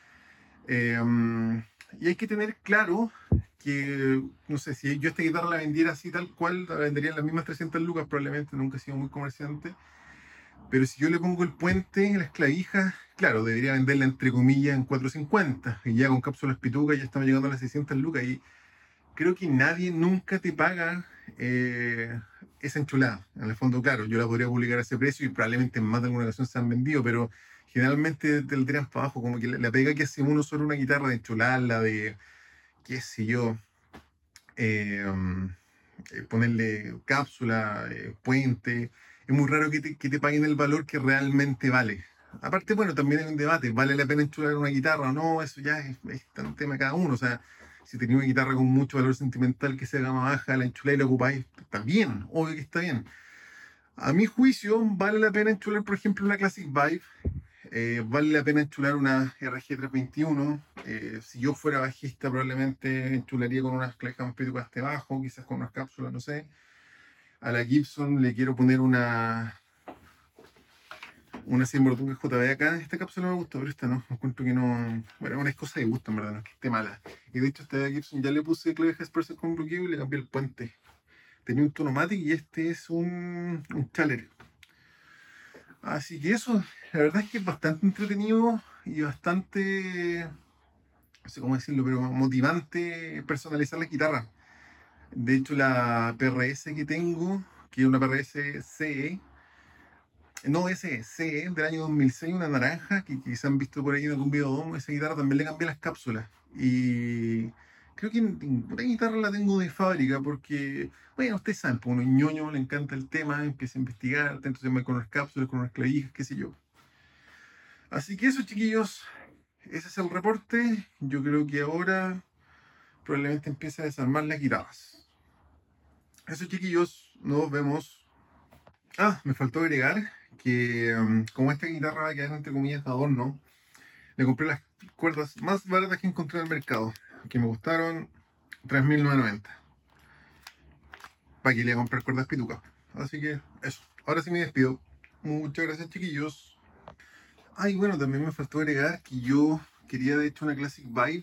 Y hay que tener claro que, no sé, si yo esta guitarra la vendiera así tal cual, la vendería en las mismas 300 lucas, probablemente nunca he sido muy comerciante. Pero si yo le pongo el puente en las clavijas, claro, debería venderla entre comillas en 450. Y ya con cápsulas pitucas ya estamos llegando a las 600 lucas. Y creo que nadie nunca te paga esa enchulada. En el fondo, claro, yo la podría publicar a ese precio y probablemente en más de alguna ocasión se han vendido, pero generalmente te la tiran para abajo. Como que la pega que hace uno sobre una guitarra de enchularla, de qué sé yo, eh, ponerle cápsula, puente. Es muy raro que te paguen el valor que realmente vale. Aparte, bueno, también hay un debate, ¿vale la pena enchular una guitarra o no? Eso ya es un tema de cada uno. O sea, si tenéis una guitarra con mucho valor sentimental que sea gama baja, la enchuláis y la ocupáis, está bien, obvio que está bien. A mi juicio, vale la pena enchular, por ejemplo, una Classic Vibe, vale la pena enchular una RG321. Si yo fuera bajista, probablemente enchularía con unas clavijas más petucas de bajo, quizás con unas cápsulas, no sé. A la Gibson le quiero poner una Seymour Duncan JB acá. Esta cápsula me gusta, pero esta no. Encuentro que no. Bueno, una cosa de gusto, en verdad, no es que esté mala. Y de hecho, esta Gibson ya le puse clavijas Express con bloqueo y le cambié el puente. Tenía un Tonomatic y este es un Challenger. Así que eso, la verdad es que es bastante entretenido y bastante, no sé cómo decirlo, pero motivante personalizar la guitarra. De hecho, la PRS que tengo, que es una PRS CE, no SE, CE del año 2006, una naranja, que quizás han visto por ahí en algún video domo, esa guitarra también le cambié las cápsulas. Y creo que ninguna guitarra la tengo de fábrica porque, bueno, ustedes saben, pues, uno es ñoño, le encanta el tema, empieza a investigar, te entusiasma con unas cápsulas, con unas clavijas, qué sé yo. Así que eso, chiquillos, ese es el reporte. Yo creo que ahora probablemente empiece a desarmar las guitarras. Eso, chiquillos, nos vemos. Ah, me faltó agregar que como esta guitarra va a quedar entre comillas de adorno, le compré las cuerdas más baratas que encontré en el mercado, que me costaron 3.990. Para que le voy a comprar cuerdas pitucas. Así que eso. Ahora sí me despido. Muchas gracias, chiquillos. Ay, bueno, también me faltó agregar que yo quería de hecho una Classic Vibe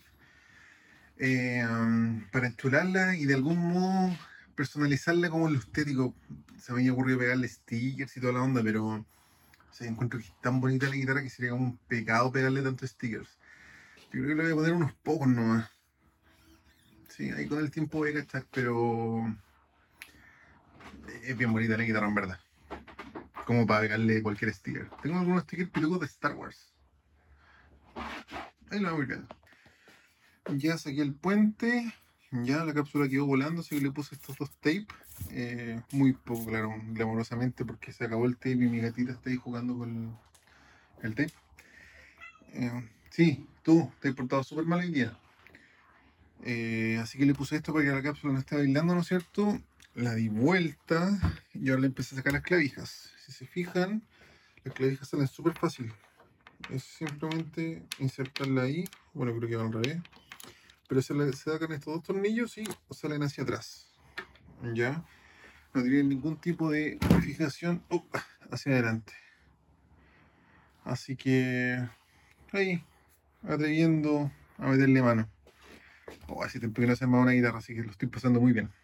para enchularla y de algún modo personalizarla como en lo estético. Se me había ocurrido pegarle stickers y toda la onda, pero encuentro que es tan bonita la guitarra que sería como un pecado pegarle tantos stickers. Yo creo que le voy a poner unos pocos nomás. Sí, ahí con el tiempo voy a cachar, pero es bien bonita la guitarra en verdad. Como para pegarle cualquier sticker. Tengo algunos stickers pilucos de Star Wars. Ahí lo vamos viendo. Ya saqué el puente. Ya la cápsula quedó volando, así que le puse estos dos tapes. Muy poco, claro, glamorosamente, porque se acabó el tape y mi gatita está ahí jugando con el tape. Sí, tú te has portado súper mal hoy día. Así que le puse esto para que la cápsula no esté bailando, ¿no es cierto? La di vuelta y ahora le empecé a sacar las clavijas. Si se fijan, las clavijas salen súper fácil. Es simplemente insertarla ahí. Bueno, creo que va al revés. Pero se sacan estos dos tornillos y salen hacia atrás. ¿Ya? No tienen ningún tipo de fijación hacia adelante. Así que ahí, atreviendo a meterle mano. Así tiempo que no se arma una guitarra, así que lo estoy pasando muy bien.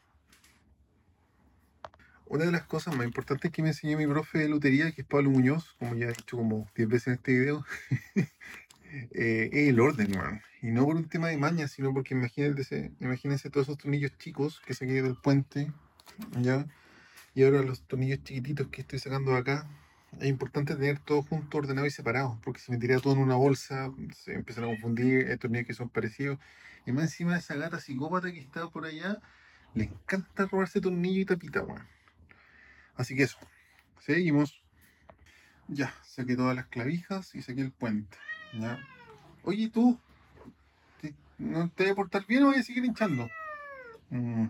Una de las cosas más importantes que me enseñó mi profe de lutería, que es Pablo Muñoz, como ya he dicho como 10 veces en este video, es el orden, man. Y no por un tema de maña, sino porque imagínense todos esos tornillos chicos que saqué del puente, ¿ya? Y ahora los tornillos chiquititos que estoy sacando de acá. Es importante tener todo junto, ordenado y separado, porque si me tirara todo en una bolsa, se empiezan a confundir, hay tornillos que son parecidos. Y más encima de esa gata psicópata que está por allá, le encanta robarse tornillo y tapita, weón. Así que eso, seguimos. Ya, saqué todas las clavijas y saqué el puente. ¿Ya? Oye, tú, ¿no te voy a portar bien o voy a seguir hinchando? Mm,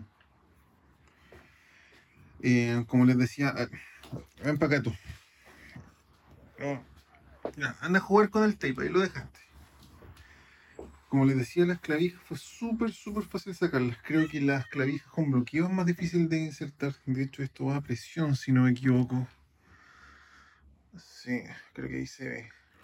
como les decía, ven para acá tú. Oh, ya, anda a jugar con el tape, ahí lo dejaste. Como les decía, las clavijas fue súper fácil sacarlas. Creo que las clavijas con bloqueo es más difícil de insertar. De hecho, esto va a presión, si no me equivoco. Sí, creo que ahí se ve.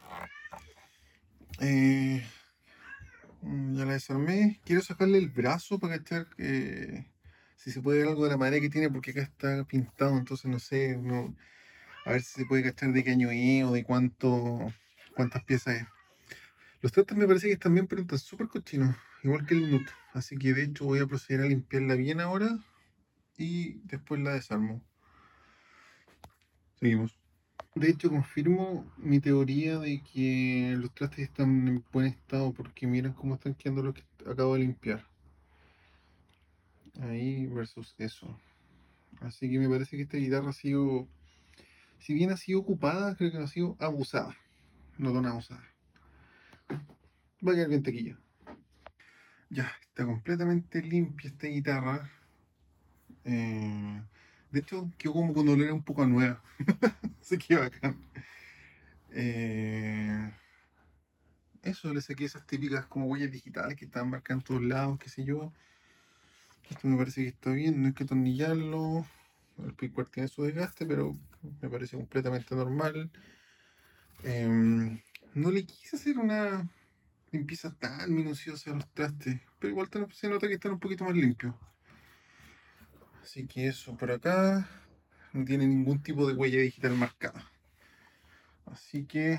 Eh, ya la desarmé. Quiero sacarle el brazo para cachar si se puede ver algo de la madera que tiene, porque acá está pintado, entonces no sé. No, A ver si se puede cachar de qué año es o de cuántas piezas es. Los trastes me parece que están bien, pero están súper cochinos, igual que el Nut. Así que de hecho voy a proceder a limpiarla bien ahora y después la desarmo. Seguimos. De hecho, confirmo mi teoría de que los trastes están en buen estado porque miren cómo están quedando los que acabo de limpiar. Ahí versus eso. Así que me parece que esta guitarra ha sido, si bien ha sido ocupada, creo que no ha sido abusada. No tan abusada. Va a quedar bien taquilla. Ya, está completamente limpia esta guitarra. Eh, de hecho, quedó como con olor un poco a nueva. Así que bacán. Eh, Eso, le saqué esas típicas como huellas digitales que estaban marcadas en todos lados, qué sé yo. Esto me parece que está bien, no hay que atornillarlo. El pickguard tiene su desgaste, pero me parece completamente normal. No le quise hacer una limpieza tan minuciosa a los trastes, pero igual se nota que están un poquito más limpios. Así que eso, por acá no tiene ningún tipo de huella digital marcada. Así que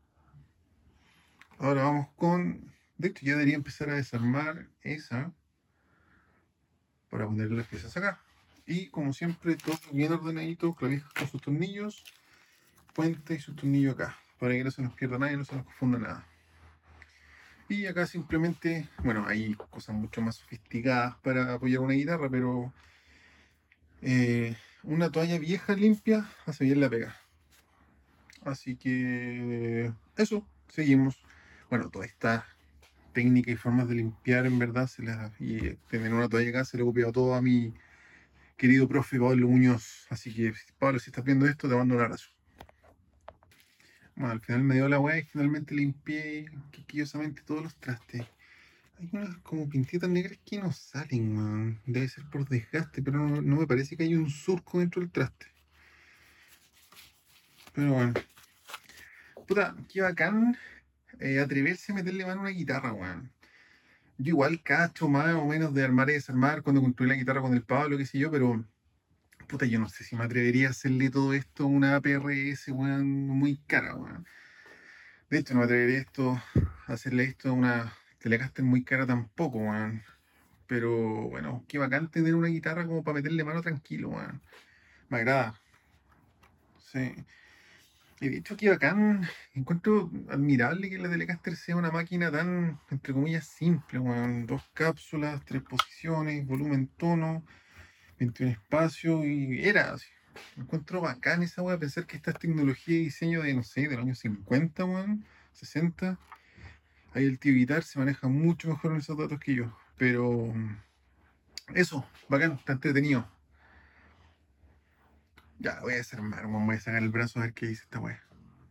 ahora vamos con... De hecho, ya debería empezar a desarmar esa para ponerle las piezas acá. Y como siempre, todo bien ordenadito, clavijas con sus tornillos, puente y su tornillo acá, para que no se nos pierda nada y no se nos confunda nada. Y acá simplemente, bueno, hay cosas mucho más sofisticadas para apoyar una guitarra, pero una toalla vieja limpia hace bien la pega. Así que eso, seguimos. Bueno, toda esta técnica y formas de limpiar en verdad y tener una toalla acá se le he copiado todo a mi querido profe Pablo Muñoz. Así que, Pablo, si estás viendo esto, te mando un abrazo. Bueno, al final me dio la weá y finalmente limpié quisquillosamente todos los trastes. Hay unas como pintitas negras que no salen, man. Debe ser por desgaste, pero no me parece que haya un surco dentro del traste. Pero bueno. Puta, qué bacán atreverse a meterle mano a una guitarra, weón. Yo igual cacho más o menos de armar y desarmar cuando construí la guitarra con el Pablo, qué sé yo, pero puta, yo no sé si me atrevería a hacerle todo esto a una APRS, weón, muy cara, weón. De hecho, no me atrevería a hacerle esto a una Telecaster muy cara tampoco, weón. Pero bueno, qué bacán tener una guitarra como para meterle mano tranquilo, weón. Me agrada. Sí. Y de hecho, qué bacán. Encuentro admirable que la Telecaster sea una máquina tan, entre comillas, simple, weón. Dos cápsulas, tres posiciones, volumen, tono, 21 espacio y era así. Encuentro bacán esa weá, pensar que esta es tecnología y diseño de, no sé, de los años 50, weón, 60. Ahí el tío Guitar se maneja mucho mejor en esos datos que yo. Pero eso, bacán, está entretenido. Ya, voy a desarmar, weón, voy a sacar el brazo a ver qué dice esta weá.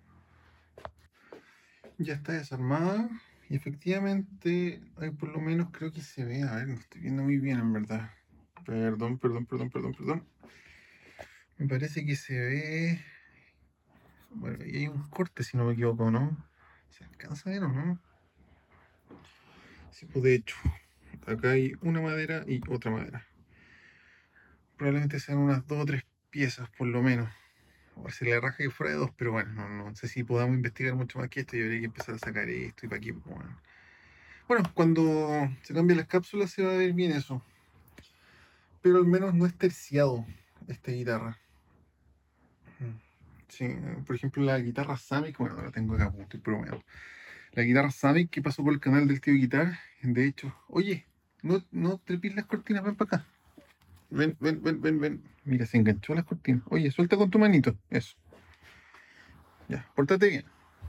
Ya está desarmada. Y efectivamente, ahí por lo menos creo que se ve. A ver, no estoy viendo muy bien en verdad. Perdón, perdón, perdón, perdón, perdón. Me parece que se ve. Bueno, ahí hay un corte si no me equivoco, ¿no? ¿Se alcanza a ver o no? Sí, pues de hecho, acá hay una madera y otra madera. Probablemente sean unas dos o tres piezas por lo menos. O se le raja que fuera de dos, pero bueno, no sé si podamos investigar mucho más que esto. Yo habría que empezar a sacar esto y para aquí. Pues, bueno. Bueno, cuando se cambien las cápsulas se va a ver bien eso. Pero al menos no es terciado esta guitarra. Mm. Sí, por ejemplo, la guitarra Samick, bueno, la tengo acá, pues, estoy bromeando. La guitarra Samick que pasó por el canal del tío Guitar, de hecho, oye, no trepes las cortinas, ven para acá. Ven, ven, ven, ven, ven. Mira, se enganchó las cortinas. Oye, suelta con tu manito. Eso. Ya, pórtate bien.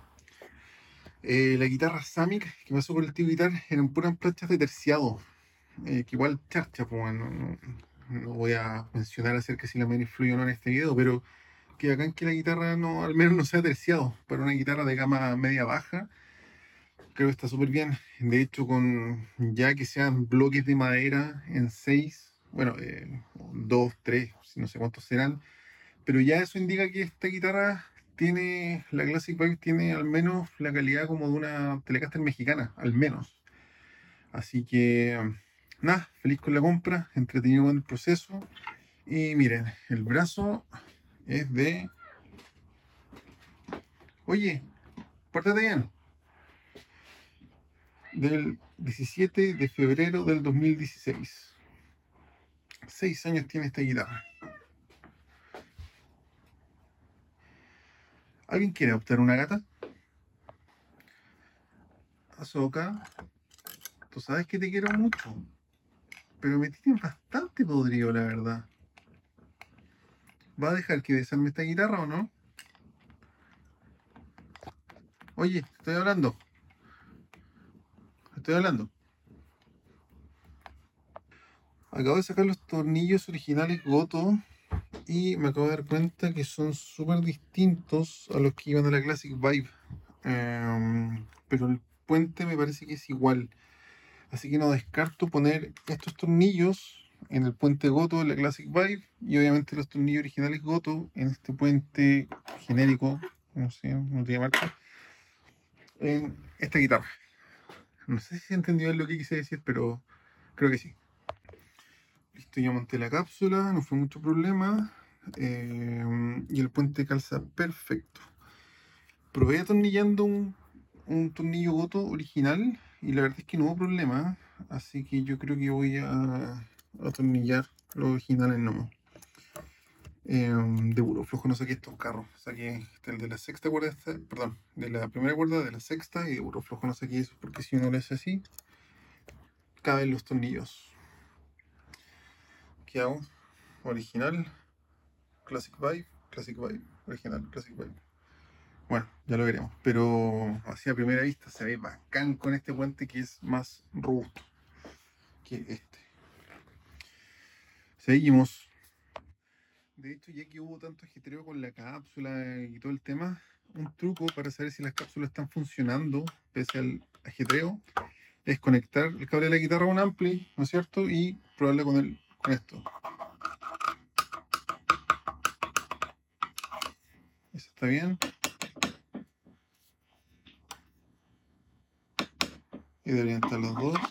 La guitarra Samick que pasó por el tío Guitar eran puras planchas de terciado. Que igual charcha, pues bueno, no voy a mencionar acerca si la me influye o no en este video, pero que acá en que la guitarra no, al menos no sea terciado. Para una guitarra de gama media baja, creo que está súper bien. De hecho, con ya que sean bloques de madera en 6, bueno, 2, 3, no sé cuántos serán, pero ya eso indica que esta guitarra tiene, la Classic Vibe tiene al menos la calidad como de una Telecaster mexicana, al menos. Así que, nada, feliz con la compra, entretenido con el proceso. Y miren, el brazo es de Oye, pórtate bien. Del 17 de febrero del 2016. 6 años tiene esta guitarra. ¿Alguien quiere adoptar una gata? Azoka, tú sabes que te quiero mucho, pero me tienes bastante podrido, la verdad. ¿Va a dejar que desarme esta guitarra o no? Oye, estoy hablando. Estoy hablando. Acabo de sacar los tornillos originales Goto y me acabo de dar cuenta que son súper distintos a los que iban a la Classic Vibe. Pero el puente me parece que es igual. Así que no descarto poner estos tornillos en el puente Goto de la Classic Vibe y obviamente los tornillos originales Goto en este puente genérico, no sé, no tiene marca, en esta guitarra. No sé si se entendió bien lo que quise decir, pero creo que sí. Listo, ya monté la cápsula, no fue mucho problema. Y el puente calza perfecto. Probé atornillando un tornillo Goto original y la verdad es que no hubo problema. Así que yo creo que voy a atornillar los originales nomás. De puro flojo no saqué estos carros. Saqué el de la sexta cuerda, perdón, de la primera cuerda, de la sexta, y de puro flojo no saqué eso porque si uno lo hace así, caben los tornillos. ¿Qué hago? Original, Classic Vibe, original, Classic Vibe. Bueno, ya lo veremos. Pero así a primera vista se ve bacán con este puente que es más robusto que este. Seguimos. De hecho, ya que hubo tanto ajetreo con la cápsula y todo el tema, un truco para saber si las cápsulas están funcionando pese al ajetreo es conectar el cable de la guitarra a un ampli, ¿no es cierto? Y probarla con esto. Eso está bien. Y deberían estar los dos.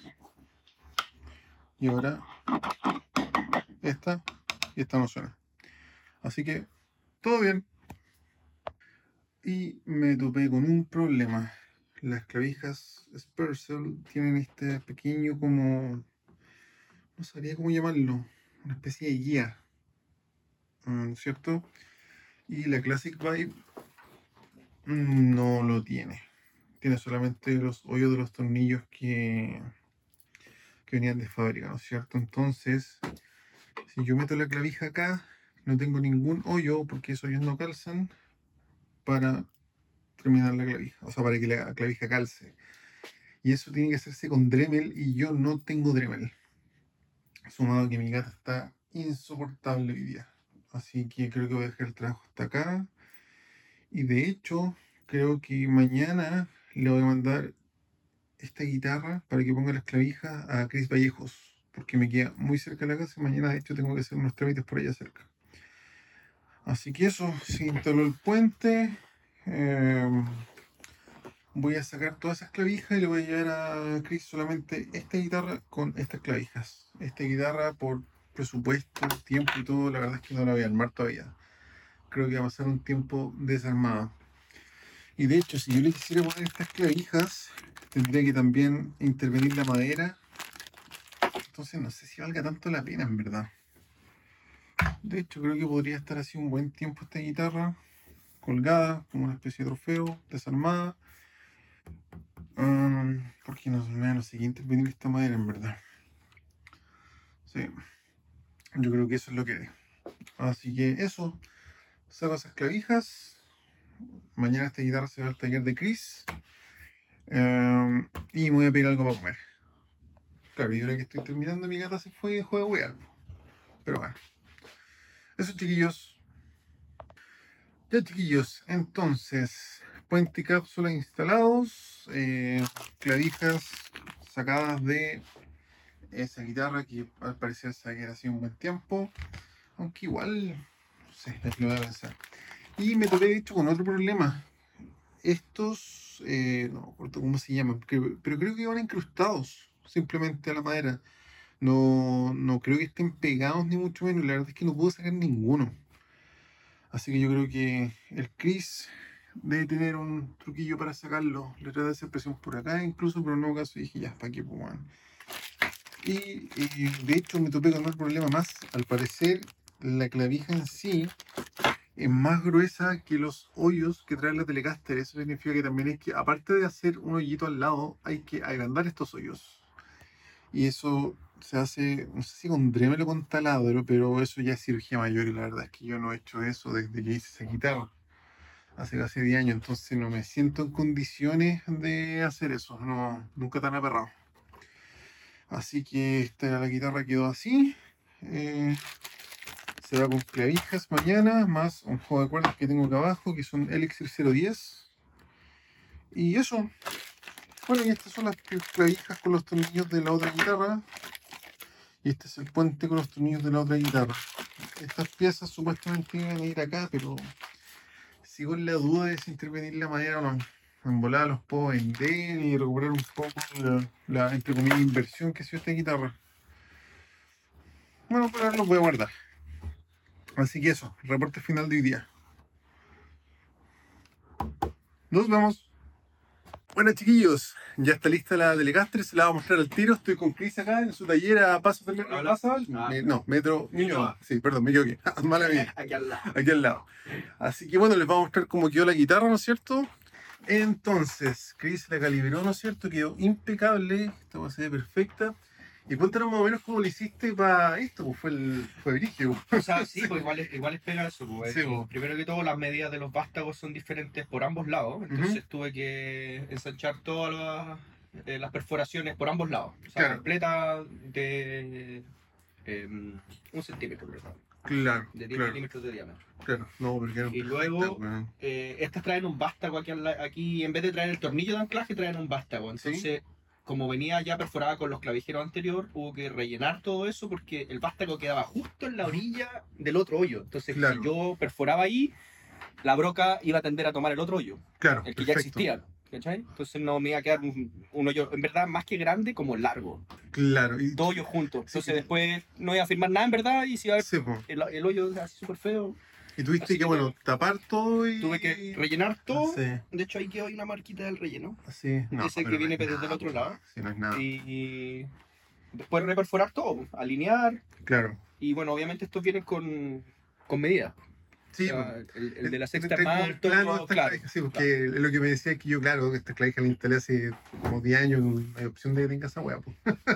Y ahora esta y esta no suena. Así que todo bien. Y me topé con un problema. Las clavijas Spursel tienen este pequeño como... no sabría cómo llamarlo. Una especie de guía. ¿Cierto? Y la Classic Vibe no lo tiene. Tiene solamente los hoyos de los tornillos que venían de fábrica, ¿no es cierto? Entonces, si yo meto la clavija acá, no tengo ningún hoyo porque esos hoyos no calzan para terminar la clavija, o sea, para que la clavija calce. Y eso tiene que hacerse con Dremel y yo no tengo Dremel. Sumado a que mi gata está insoportable hoy día. Así que creo que voy a dejar el trabajo hasta acá. Y de hecho, creo que mañana le voy a mandar esta guitarra para que ponga las clavijas a Cris Vallejos, porque me queda muy cerca de la casa y mañana de hecho tengo que hacer unos trámites por allá cerca. Así que eso, se instaló el puente. Voy a sacar todas esas clavijas y le voy a llevar a Chris solamente esta guitarra con estas clavijas. Esta guitarra por presupuesto, tiempo y todo, la verdad es que no la voy a armar todavía. Creo que va a pasar un tiempo desarmada. Y de hecho, si yo le quisiera poner estas clavijas, tendría que también intervenir la madera. Entonces no sé si valga tanto la pena en verdad. De hecho, creo que podría estar así un buen tiempo esta guitarra, colgada, como una especie de trofeo, desarmada. Porque no sé qué intervenir esta madera en verdad. Sí, yo creo que eso es lo que es. Así que eso, saco esas clavijas. Mañana esta guitarra se va al taller de Chris. Y me voy a pedir algo para comer. Claro, y ahora que estoy terminando, mi gata se fue y dejó de huear. Pero bueno, eso chiquillos. Ya chiquillos, entonces, puente y cápsula instalados, clavijas sacadas de esa guitarra que al parecer se había sido un buen tiempo, aunque igual, no sé, es lo voy a pensar. Y me topé de hecho con otro problema. Estos, no me acuerdo cómo se llaman, pero creo que van incrustados simplemente a la madera. No, no creo que estén pegados ni mucho menos, la verdad es que no puedo sacar ninguno. Así que yo creo que el Chris debe tener un truquillo para sacarlo. Le traté de hacer presión por acá incluso, pero en no caso dije ya, ¿para qué, pues, weón? Y de hecho me topé con otro problema más. Al parecer, la clavija en sí es más gruesa que los hoyos que trae la Telecaster. Eso significa que también hay que, aparte de hacer un hoyito al lado, hay que agrandar estos hoyos. Y eso se hace, no sé si con Dremel o con taladro, pero eso ya es cirugía mayor y la verdad es que yo no he hecho eso desde que hice esa guitarra. Hace casi 10 años, entonces no me siento en condiciones de hacer eso. No, nunca tan aperrado. Así que la guitarra quedó así. Eh, Se va con clavijas mañana, más un juego de cuerdas que tengo acá abajo, que son Elixir 010. Y eso. Bueno, y estas son las clavijas con los tornillos de la otra guitarra. Y este es el puente con los tornillos de la otra guitarra. Estas piezas supuestamente iban a ir acá, pero sigo en la duda de si intervenir la madera o no. En volada los puedo vender y recuperar un poco la entre comillas, inversión que ha sido esta guitarra. Bueno, pero ahora los voy a guardar. Así que eso, reporte final de hoy día. Nos vemos. Bueno, chiquillos, ya está lista la Telecaster, se la voy a mostrar al tiro. Estoy con Chris acá en su taller a paso del metro. No, metro Ñuñoa. Sí, perdón, me equivoqué. Mala mía. Aquí al lado. Aquí al lado. Así que bueno, les voy a mostrar cómo quedó la guitarra, ¿no es cierto? Entonces, Chris la calibró, ¿no es cierto? Quedó impecable. Esta va a ser perfecta. Y cuéntanos más o menos cómo lo hiciste para esto, pues fue brígido. O sea, sí, pues igual es pegar eso. Pues. Sí, pues. Primero que todo, las medidas de los vástagos son diferentes por ambos lados. Entonces tuve que ensanchar todas las perforaciones por ambos lados. O sea, Claro. completa de 1 centímetro, ¿verdad? Claro. De 10 claro, milímetros de diámetro. claro. No, porque Y luego, estas traen un vástago aquí, en vez de traer el tornillo de anclaje, traen un vástago. Entonces, como venía ya perforada con los clavijeros anterior, hubo que rellenar todo eso porque el vástago quedaba justo en la orilla del otro hoyo. Entonces, Claro. si yo perforaba ahí, la broca iba a tender a tomar el otro hoyo, Claro, el que ya existía. ¿Cachai? Entonces no me iba a quedar un hoyo, en verdad, más que grande, como largo. Claro. Y Todo hoyo junto. Entonces sí. después no iba a firmar nada, en verdad, y si iba a ver sí, pues. el hoyo así súper feo. Y tuviste Así que, que bueno, tapar todo y... Tuve que rellenar todo. Sí, De hecho, ahí quedó una marquita del relleno. sí. No, Ese pero que viene no es desde nada, el otro pues, lado. Sí, no es nada. Y después reperforar todo, alinear. Claro. Y bueno, obviamente estos vienen con medidas. Sí, O sea, pues. el de la sexta Tengo más un alto, plano de esta claro. clavija, sí, porque es lo que me decía que yo, claro, esta clavija la instalé hace como 10 años, no hay opción de que tenga esa hueá, pues.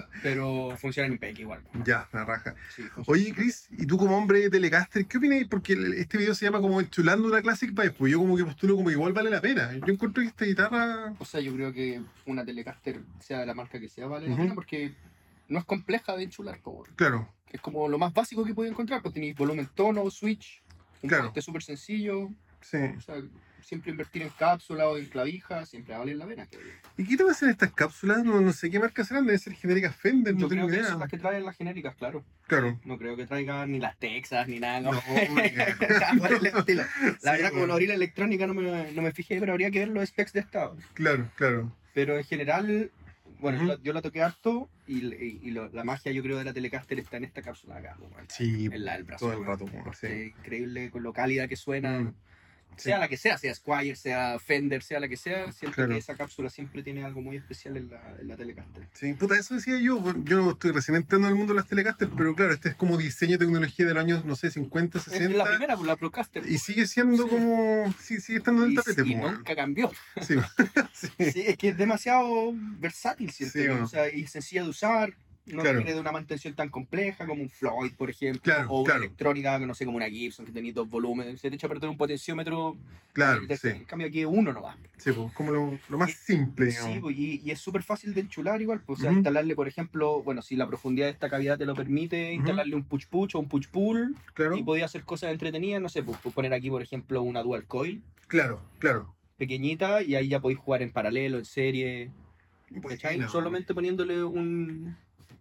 Pero funciona en PEC igual. Ya, la raja. Sí, funciona. Oye, Chris, y tú como hombre de Telecaster, ¿qué opinas? Porque este video se llama como Enchulando una Classic Vibe, pues yo como que postulo como que igual vale la pena. Yo encuentro que esta guitarra... O sea, yo creo que una Telecaster, sea de la marca que sea, vale la Ujú. pena porque no es compleja de enchular, po. Claro, Es como lo más básico que podéis encontrar, pues tenéis volumen, tono, switch, un Claro. corte súper sencillo. sí. O sea, siempre invertir en cápsula o en clavija siempre va a valer la pena. creo yo. ¿Y qué te va a hacer estas cápsulas? No sé qué marca serán, deben ser genéricas Fender, no Yo tengo creo que idea. son las que traen las genéricas, claro. Claro. No creo que traigan ni las Texas ni nada. No, No, Nada por el estilo. La Sí, verdad, como bueno. no abrí la electrónica no me fijé, pero habría que ver los specs de esta. Claro, claro. Pero en general, bueno, Ujú. yo la toqué harto y la magia, yo creo, de la Telecaster está en esta cápsula acá. po, man. Sí, En la del brazo. todo el rato, sí. Increíble con lo cálida que suena. Mm. Sí. Sea la que sea Squier, sea Fender, sea la que sea, siento Claro. que esa cápsula siempre tiene algo muy especial en la Telecaster. Sí, puta, eso decía yo. Bueno, yo estoy recién entrando en el mundo de las Telecaster, pero claro, este es como diseño y tecnología de los años, no sé, 50, Es 60. la primera, pues, la Procaster. Y sigue siendo Sí. como. Sí, sigue estando en el tapete, y pues, nunca cambió. Sí, sí. Sí, es que es demasiado versátil, siento Sí, yo. bueno. O sea, y sencilla de usar. No Claro. requiere de una mantención tan compleja como un Floyd, por ejemplo, Claro, o una claro. electrónica, no sé, como una Gibson, que tenía 2 volúmenes. Se te echa a perder un potenciómetro. Claro, sí. En cambio, aquí es uno nomás. Sí, pues, como lo más simple, digamos. Sí, pues, y es súper fácil de enchular igual. Pues, o sea, Ujú. instalarle, por ejemplo, bueno, si la profundidad de esta cavidad te lo permite, instalarle un push-push o un push-pull Claro, y podía hacer cosas entretenidas. No sé, pues poner aquí, por ejemplo, una dual coil claro, claro. pequeñita y ahí ya podéis jugar en paralelo, en serie. ¿Cachai? Bueno, Solamente poniéndole un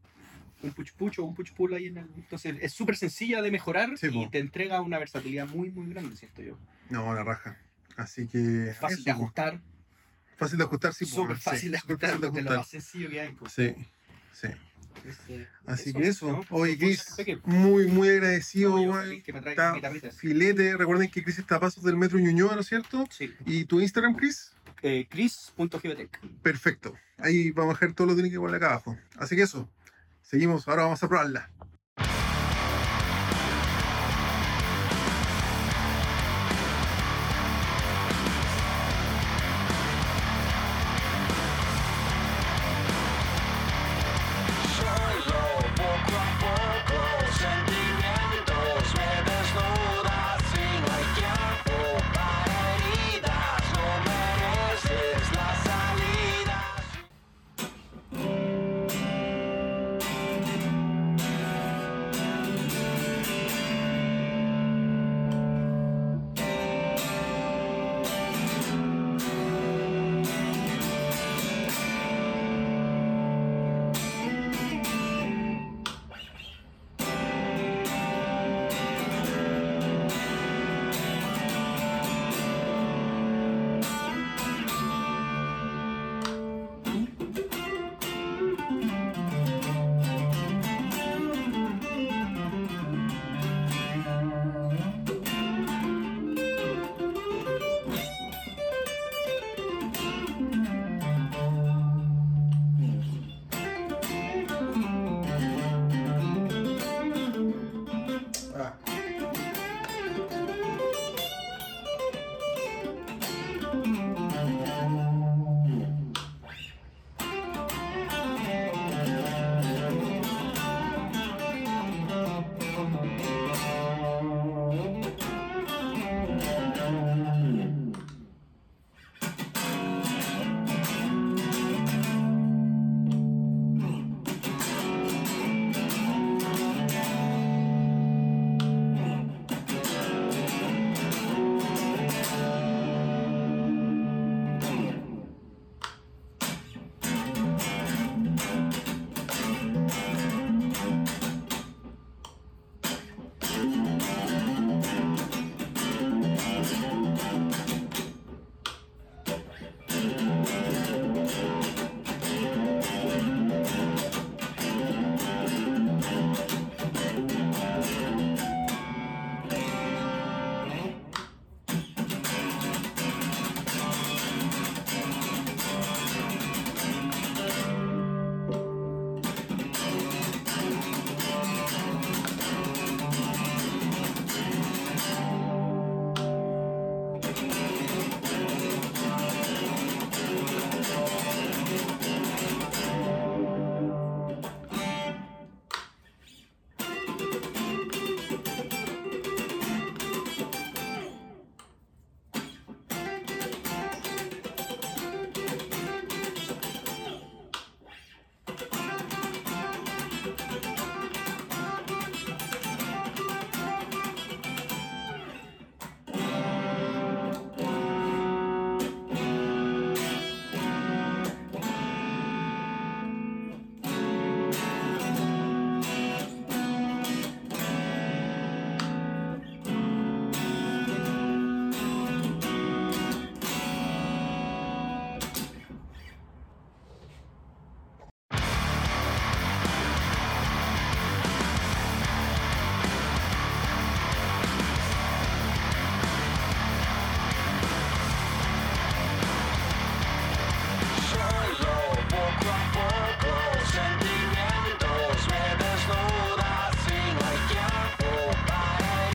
push-push o un push-pull ahí en el... Entonces es súper sencilla de mejorar Sí, y po. te entrega una versatilidad muy, muy grande, siento yo. No, la raja. Así que. Es fácil eso, de po. ajustar, Fácil de ajustar, sí, po, súper sí, fácil de súper ajustar, fácil de porque es lo ajustar. más sencillo que hay. Pues. Sí, sí. Así que eso. ¿no? Oye, Chris, Peque. muy agradecido, No, yo weón. feliz que me traigan Está guitarritas. filete. Recuerden que Chris está a pasos del metro Ñuñoa, ¿no es cierto? Sí. ¿Y tu Instagram, Chris? Chris.geotech. Perfecto. Ahí vamos a dejar todo lo que tiene que poner acá abajo. Así que eso. Seguimos. Ahora vamos a probarla.